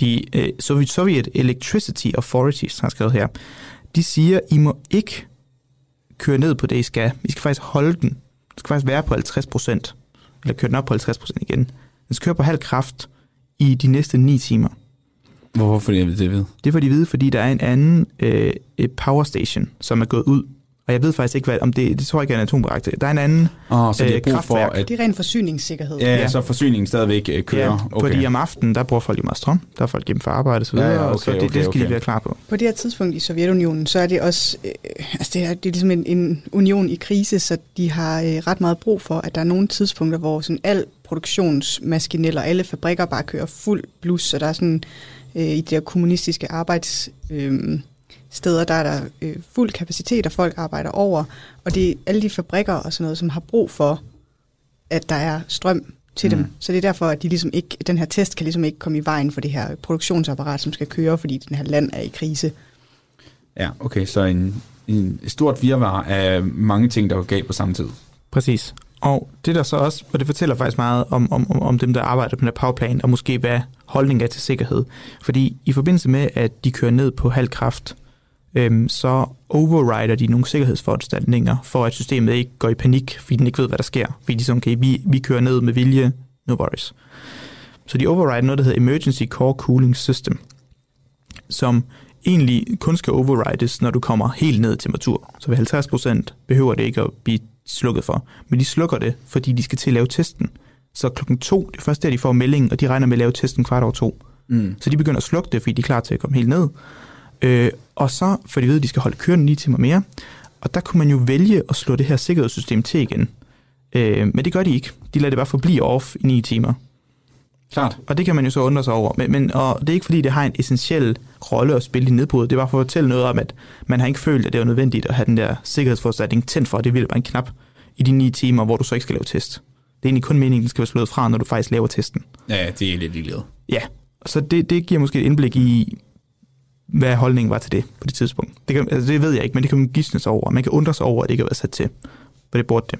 Soviet Electricity Authorities, har skrevet her, de siger, I må ikke køre ned på det, I skal. I skal faktisk holde den. Den skal faktisk være på 50%, eller køre den op på 50% igen. Den skal køre på halv kraft i de næste 9 timer. Hvorfor får de det ved? Det får de vide, fordi der er en anden power station, som er gået ud. Og jeg ved faktisk ikke, om det tror jeg ikke er en atomreaktor. Der er en anden så det er brug for, at det er ren forsyningssikkerhed. Ja, så forsyningen stadigvæk kører. Ja, okay. Fordi om aftenen, der bruger folk jo meget strøm. Der er folk hjemme fra arbejde og så videre, så det skal de være klar på. På det her tidspunkt i Sovjetunionen, så er det også det er ligesom en union i krise, så de har ret meget brug for, at der er nogle tidspunkter, hvor sådan al produktionsmaskinel og alle fabrikker bare kører fuld blus, så der er sådan i de der kommunistiske arbejdssteder, der er der fuld kapacitet, og folk arbejder over, og det er alle de fabrikker og sådan noget, som har brug for, at der er strøm til dem. Så det er derfor, at den her test kan ligesom ikke komme i vejen for det her produktionsapparat, som skal køre, fordi den her land er i krise. Ja, okay, så en stort virvar af mange ting, der går galt på samme tid. Præcis. Og det der så også, og det fortæller faktisk meget om dem, der arbejder på den her powerplan, og måske hvad holdningen er til sikkerhed. Fordi i forbindelse med, at de kører ned på halv kraft, så overrider de nogle sikkerhedsforanstaltninger, for at systemet ikke går i panik, fordi den ikke ved, hvad der sker. Fordi de sådan, okay, vi kører ned med vilje, no worries. Så de overrider noget, der hedder Emergency Core Cooling System, som egentlig kun skal overrides, når du kommer helt ned i temperatur. Så ved 50% behøver det ikke at blive slukket for. Men de slukker det, fordi de skal til at lave testen. Så 2:00, det er først der, de får meldingen, og de regner med at lave testen 2:15. Så de begynder at slukke det, fordi de er klar til at komme helt ned. Og så får de ved, at de skal holde kørende 9 timer mere. Og der kunne man jo vælge at slå det her sikkerhedssystem til igen. Men det gør de ikke. De lader det bare forblive off i 9 timer. Klart. Og det kan man jo så undre sig over. Og det er ikke fordi, det har en essentiel rolle at spille i nedbrud. Det er bare for at fortælle noget om, at man har ikke følt, at det var nødvendigt at have den der sikkerhedsforanstaltning tændt for. Det vil bare en knap i de 9 timer, hvor du så ikke skal lave test. Det er egentlig kun meningen, den skal være slået fra, når du faktisk laver testen. Ja, det er lidt ligeglad. Ja, så det giver måske et indblik i, hvad holdningen var til det på det tidspunkt. Det ved jeg ikke, men det kan man gisne sig over. Man kan undre sig over, at det ikke har været sat til. For det burde det.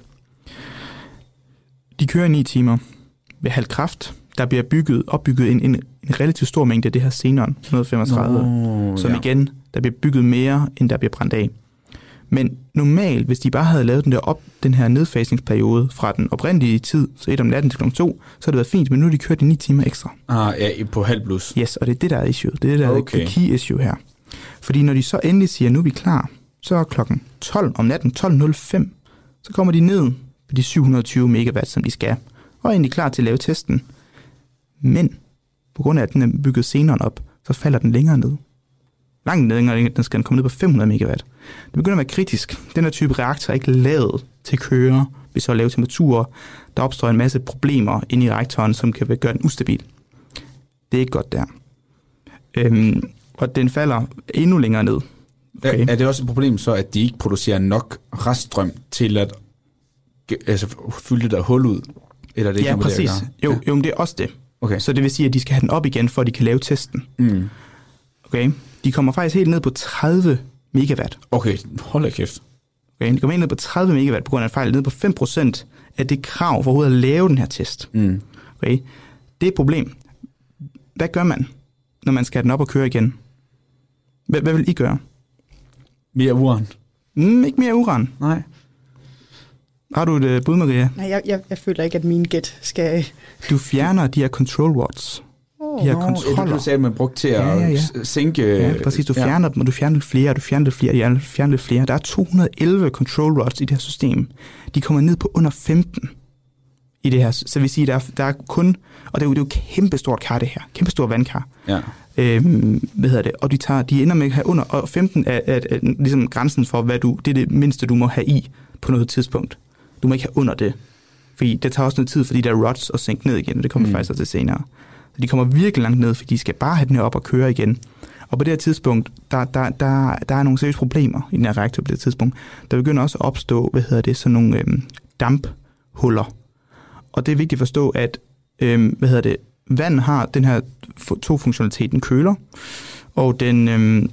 De kører 9 timer ved halv kraft. Der bliver opbygget en relativt stor mængde af det her xenon, 135, som igen, der bliver bygget mere, end der bliver brændt af. Men normalt, hvis de bare havde lavet den her nedfasningsperiode fra den oprindelige tid, så 1 om natten til kl. 2, så havde det været fint, men nu har de kørt i 9 timer ekstra. Ja, på halv plus. Yes, og det er det, der er issue. Det er det, der er key issue her. Fordi når de så endelig siger, nu er vi klar, så er klokken 12 om natten, 12.05, så kommer de ned på de 720 megawatt, som de skal, og er egentlig klar til at lave testen. Men på grund af, at den er bygget xenon op, så falder den længere ned. Langt længere, den skal komme ned på 500 megawatt. Det begynder at være kritisk. Den her type reaktor er ikke lavet til at køre ved så lave temperaturer. Der opstår en masse problemer inde i reaktoren, som kan gøre den ustabil. Det er ikke godt der. Og den falder endnu længere ned. Okay. Er det også et problem så, at de ikke producerer nok reststrøm til at fylde det der hul ud? Eller det ja, præcis. Jo, men det er også det. Okay. Så det vil sige, at de skal have den op igen, for at de kan lave testen. Okay. De kommer faktisk helt ned på 30 megawatt. Okay, hold da kæft. Okay, de kommer helt ned på 30 megawatt på grund af en fejl, ned på 5% af det krav for overhovedet at lave den her test. Okay. Det er et problem. Hvad gør man, når man skal have den op og køre igen? Hvad vil I gøre? Mere uran? Ikke mere uran. Nej. Har du et bud, Maria? Nej, jeg føler ikke, at min gæt skal... Du fjerner de her control rods. De her kontroller. Du sagde, at man brugte til at sænke... Ja, præcis. Du fjerner dem, og du fjerner lidt flere. Der er 211 control rods i det her system. De kommer ned på under 15 i det her. Så vil sige, der er kun... Og det er jo kæmpestort kar, det her. Kæmpestort vandkar. Ja. Og de ender med at have under... Og 15 er ligesom grænsen for, hvad det er det mindste, du må have i på noget tidspunkt. Du må ikke have under det. Fordi det tager også noget tid for de der rods at sænke ned igen, og det kommer faktisk til senere. Så de kommer virkelig langt ned, fordi de skal bare have den her op og køre igen. Og på det her tidspunkt, der er nogle seriøse problemer i den her reaktor på det tidspunkt. Der begynder også at opstå, sådan nogle damphuller. Og det er vigtigt at forstå, at vand har den her to funktionalitet. Den køler, og den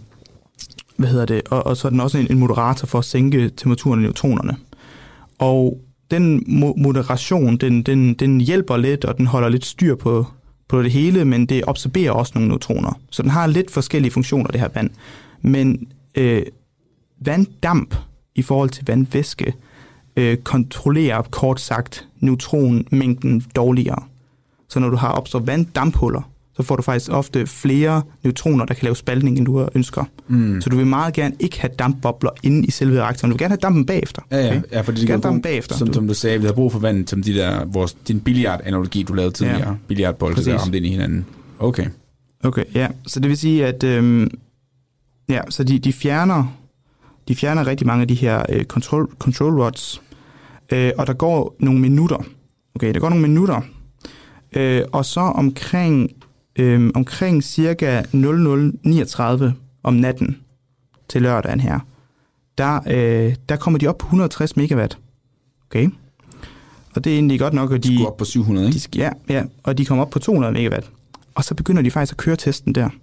og så er den også en moderator for at sænke temperaturen i neutronerne. Og den moderation, den hjælper lidt, og den holder lidt styr på det hele, men det absorberer også nogle neutroner. Så den har lidt forskellige funktioner, det her vand. Men vanddamp i forhold til vandvæske kontrollerer kort sagt neutronmængden dårligere. Så når du har opstået vanddamphuller, så får du faktisk ofte flere neutroner, der kan lave spaltning, end du ønsker. Så du vil meget gerne ikke have dampbobler inde i selve reaktoren. Du vil gerne have dampen bagefter. Okay? Ja, fordi du kan dampen bagefter. Som du sagde, vi har brug for vandet, som din billiard-analogi, du lavede tidligere. Ja. Billiardbolde, der ramte ind i hinanden. Okay, ja. Så det vil sige, at så de fjerner rigtig mange af de her control rods, og der går nogle minutter. Okay, der går nogle minutter. Og så omkring cirka 00:39 om natten til lørdagen her, der kommer de op på 160 megawatt. Okay. Og det er egentlig godt nok, at de... Skulle op på 700, ikke? Ja, og de kommer op på 200 megawatt. Og så begynder de faktisk at køre testen der.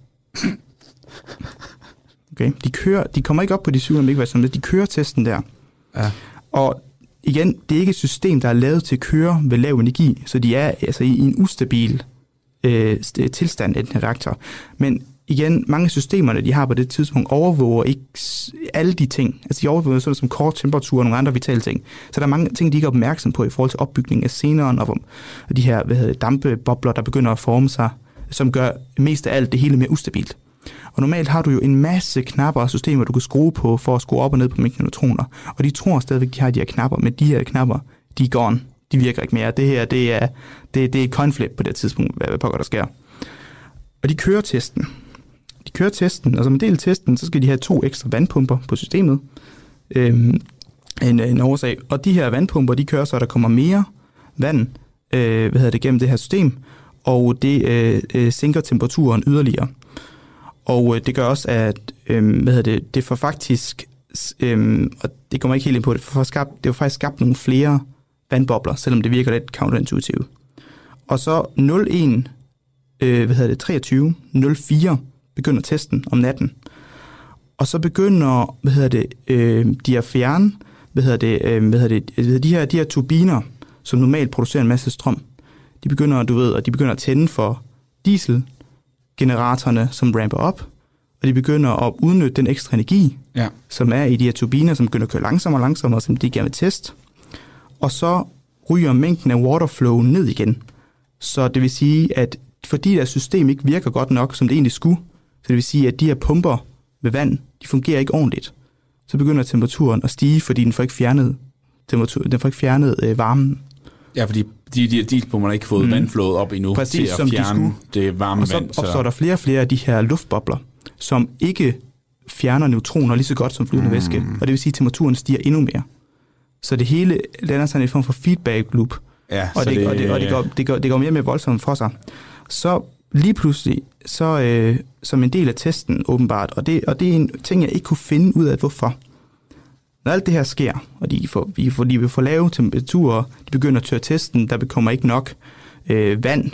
Okay. De kommer ikke op på de 700 megawatt, men de kører testen der. Ja. Og igen, det er ikke et system, der er lavet til at køre ved lav energi, så de er altså i en ustabil tilstand af den her reaktor. Men igen, mange af systemerne, de har på det tidspunkt, overvåger ikke alle de ting. Altså de overvåger sådan som kort temperatur og nogle andre vitale ting. Så der er mange ting, de ikke er opmærksom på i forhold til opbygning af xenon og de her dampebobler, der begynder at forme sig, som gør mest af alt det hele mere ustabilt. Og normalt har du jo en masse knapper og systemer, du kan skrue på for at skrue op og ned på mængden af neutroner. Og de tror stadigvæk, de har de her knapper, men de her knapper, de er gone. de virker ikke mere. Det her, det er et coinflip på det tidspunkt, hvad pokker der sker. Og de kører testen, og som en del af testen, så skal de have 2 ekstra vandpumper på systemet. En årsag. Og de her vandpumper, de kører så, der kommer mere vand gennem det her system, og det sænker temperaturen yderligere. Og det gør også, at det får faktisk, og det kommer ikke helt ind på, det får faktisk skabt nogle flere vandbobler, selvom det virker lidt counterintuitivt. Og så 23.04 begynder testen om natten. Og så begynder, de at fjerne, de her turbiner, som normalt producerer en masse strøm. De begynder at tænde for dieselgeneratorerne, som ramper op, og de begynder at udnytte den ekstra energi, som er i de her turbiner, som begynder at køre langsommere, som de gerne vil teste. Og så ryger mængden af waterflow ned igen. Så det vil sige, at fordi deres system ikke virker godt nok, som det egentlig skulle, så det vil sige, at de her pumper med vand, de fungerer ikke ordentligt. Så begynder temperaturen at stige, fordi den får ikke fjernet varmen. Ja, fordi de dieselpumper har ikke fået vandflowet op endnu. Præcis, til at fjerne det varme vand. Og så opstår der flere og flere af de her luftbobler, som ikke fjerner neutroner lige så godt som flydende væske. Og det vil sige, at temperaturen stiger endnu mere. Så det hele lander sådan en form for feedback loop. Ja, og det går mere og mere voldsomt for sig. Så lige pludselig, så som en del af testen åbenbart, og det er en ting, jeg ikke kunne finde ud af, hvorfor. Når alt det her sker, og de vil få lave temperaturer, de begynder at tørre testen, der kommer ikke nok vand,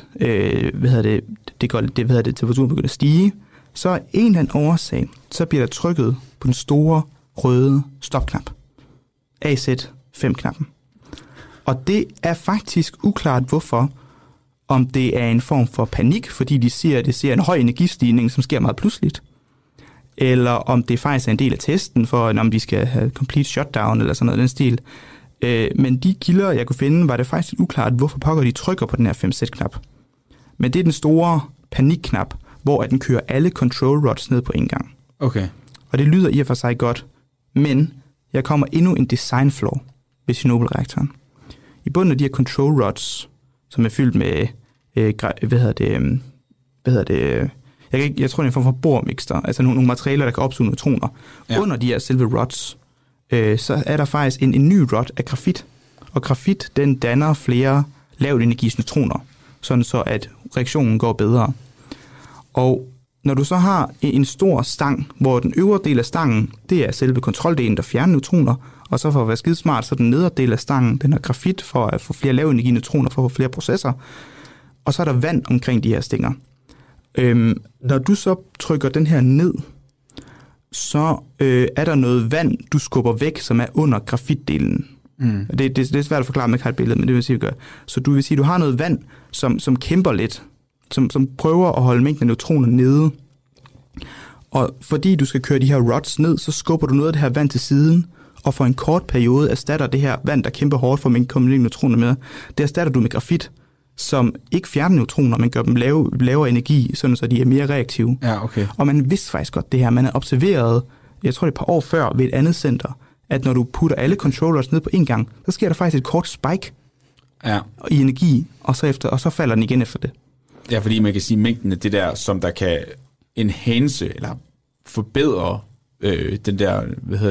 temperaturen begynder at stige, så er en eller anden årsag, så bliver der trykket på den store røde stopknap. AZ5-knappen. Og det er faktisk uklart, hvorfor. Om det er en form for panik, fordi de siger, at det ser en høj energistigning, som sker meget pludseligt. Eller om det faktisk er en del af testen, for om de skal have complete shutdown, eller sådan noget den stil. Men de kilder, jeg kunne finde, var det faktisk uklart, hvorfor pokker de trykker på den her 5Z-knap. Men det er den store panikknap, hvor den kører alle control rods ned på en gang. Okay. Og det lyder i og for sig godt, men jeg kommer endnu en design flaw ved Chernobyl-reaktoren. I bunden af de her control rods, som er fyldt med, jeg tror, det er en form for bormixter, altså nogle materialer, der kan opsuge neutroner. Ja. Under de her selve rods, så er der faktisk en ny rod af grafit. Og grafit, den danner flere lavt energis neutroner, sådan så at reaktionen går bedre. Og når du så har en stor stang, hvor den øvre del af stangen, det er selve kontroldelen, der fjerner neutroner, og så for at være skidesmart, så den nedre del af stangen, den har grafit for at få flere lav energi neutroner, for at få flere processer. Og så er der vand omkring de her stænger. Når du så trykker den her ned, så er der noget vand, du skubber væk, som er under grafitdelen. Det er svært at forklare, med et billede, men det vil sige, at gøre. Så du vil sige, at du har noget vand, som kæmper lidt, som prøver at holde mængden af neutroner nede. Og fordi du skal køre de her rods ned, så skubber du noget af det her vand til siden, og for en kort periode erstatter det her vand, der kæmper hårdt for at komme neutroner med, det erstatter du med grafit, som ikke fjerner neutroner, men gør dem lavere energi, sådan så de er mere reaktive. Ja, okay. Og man vidste faktisk godt det her. Man har observeret, jeg tror det er et par år før, ved et andet center, at når du putter alle controllers ned på en gang, så sker der faktisk et kort spike i energi, og så falder den igen efter det. Ja, fordi man kan sige, mængden af det der, som der kan enhance, eller forbedre den der,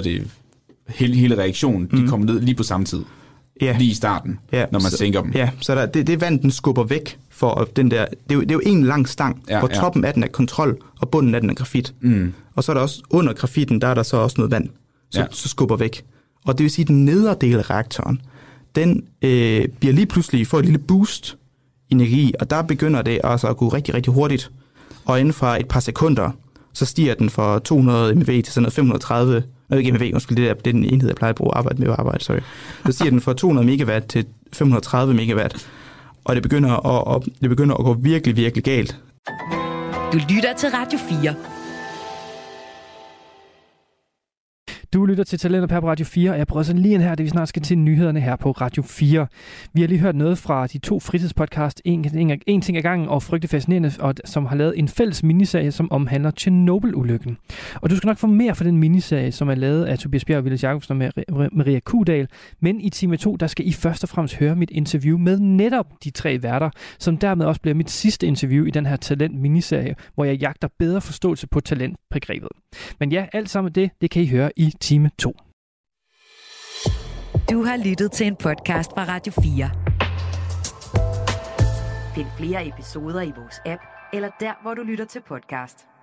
hele reaktionen, de kommer ned lige på samme tid. Ja. Lige i starten, når man sænker dem. Ja, så det vand, den skubber væk for den der. Det er jo en lang stang, hvor toppen af den er kontrol, og bunden af den er grafit. Og så er der også under grafitten, der er der så også noget vand, så skubber væk. Og det vil sige, at den nedre del af reaktoren, den bliver lige pludselig, får et lille boost energi, og der begynder det altså at gå rigtig, rigtig hurtigt. Og inden for et par sekunder, så stiger den fra 200 MV til sådan noget 530 ikke MV, det er den enhed, jeg plejer at bruge arbejde, sorry. Så stiger den fra 200 megawatt til 530 megawatt, og det begynder at gå virkelig, virkelig galt. Du lytter til Radio 4. Du lytter til Talenter på Radio 4, og jeg prøver sådan lige ind her, det vi snart skal til nyhederne her på Radio 4. Vi har lige hørt noget fra de 2 fritidspodcast, En ting ad gangen og Frygtelig Fascinerende, og som har lavet en fælles miniserie, som omhandler Tjernobyl-ulykken. Og du skal nok få mere for den miniserie, som er lavet af Tobias Bjerg og Vilas Jacobsen og Maria Kudal. Men i time 2, der skal I først og fremmest høre mit interview med netop de 3 værter, som dermed også bliver mit sidste interview i den her talent-miniserie, hvor jeg jagter bedre forståelse på talentbegrebet. Men ja, alt sammen det kan I høre i time 2. Du har lyttet til en podcast fra Radio 4. Find flere episoder i vores app, eller der, hvor du lytter til podcast.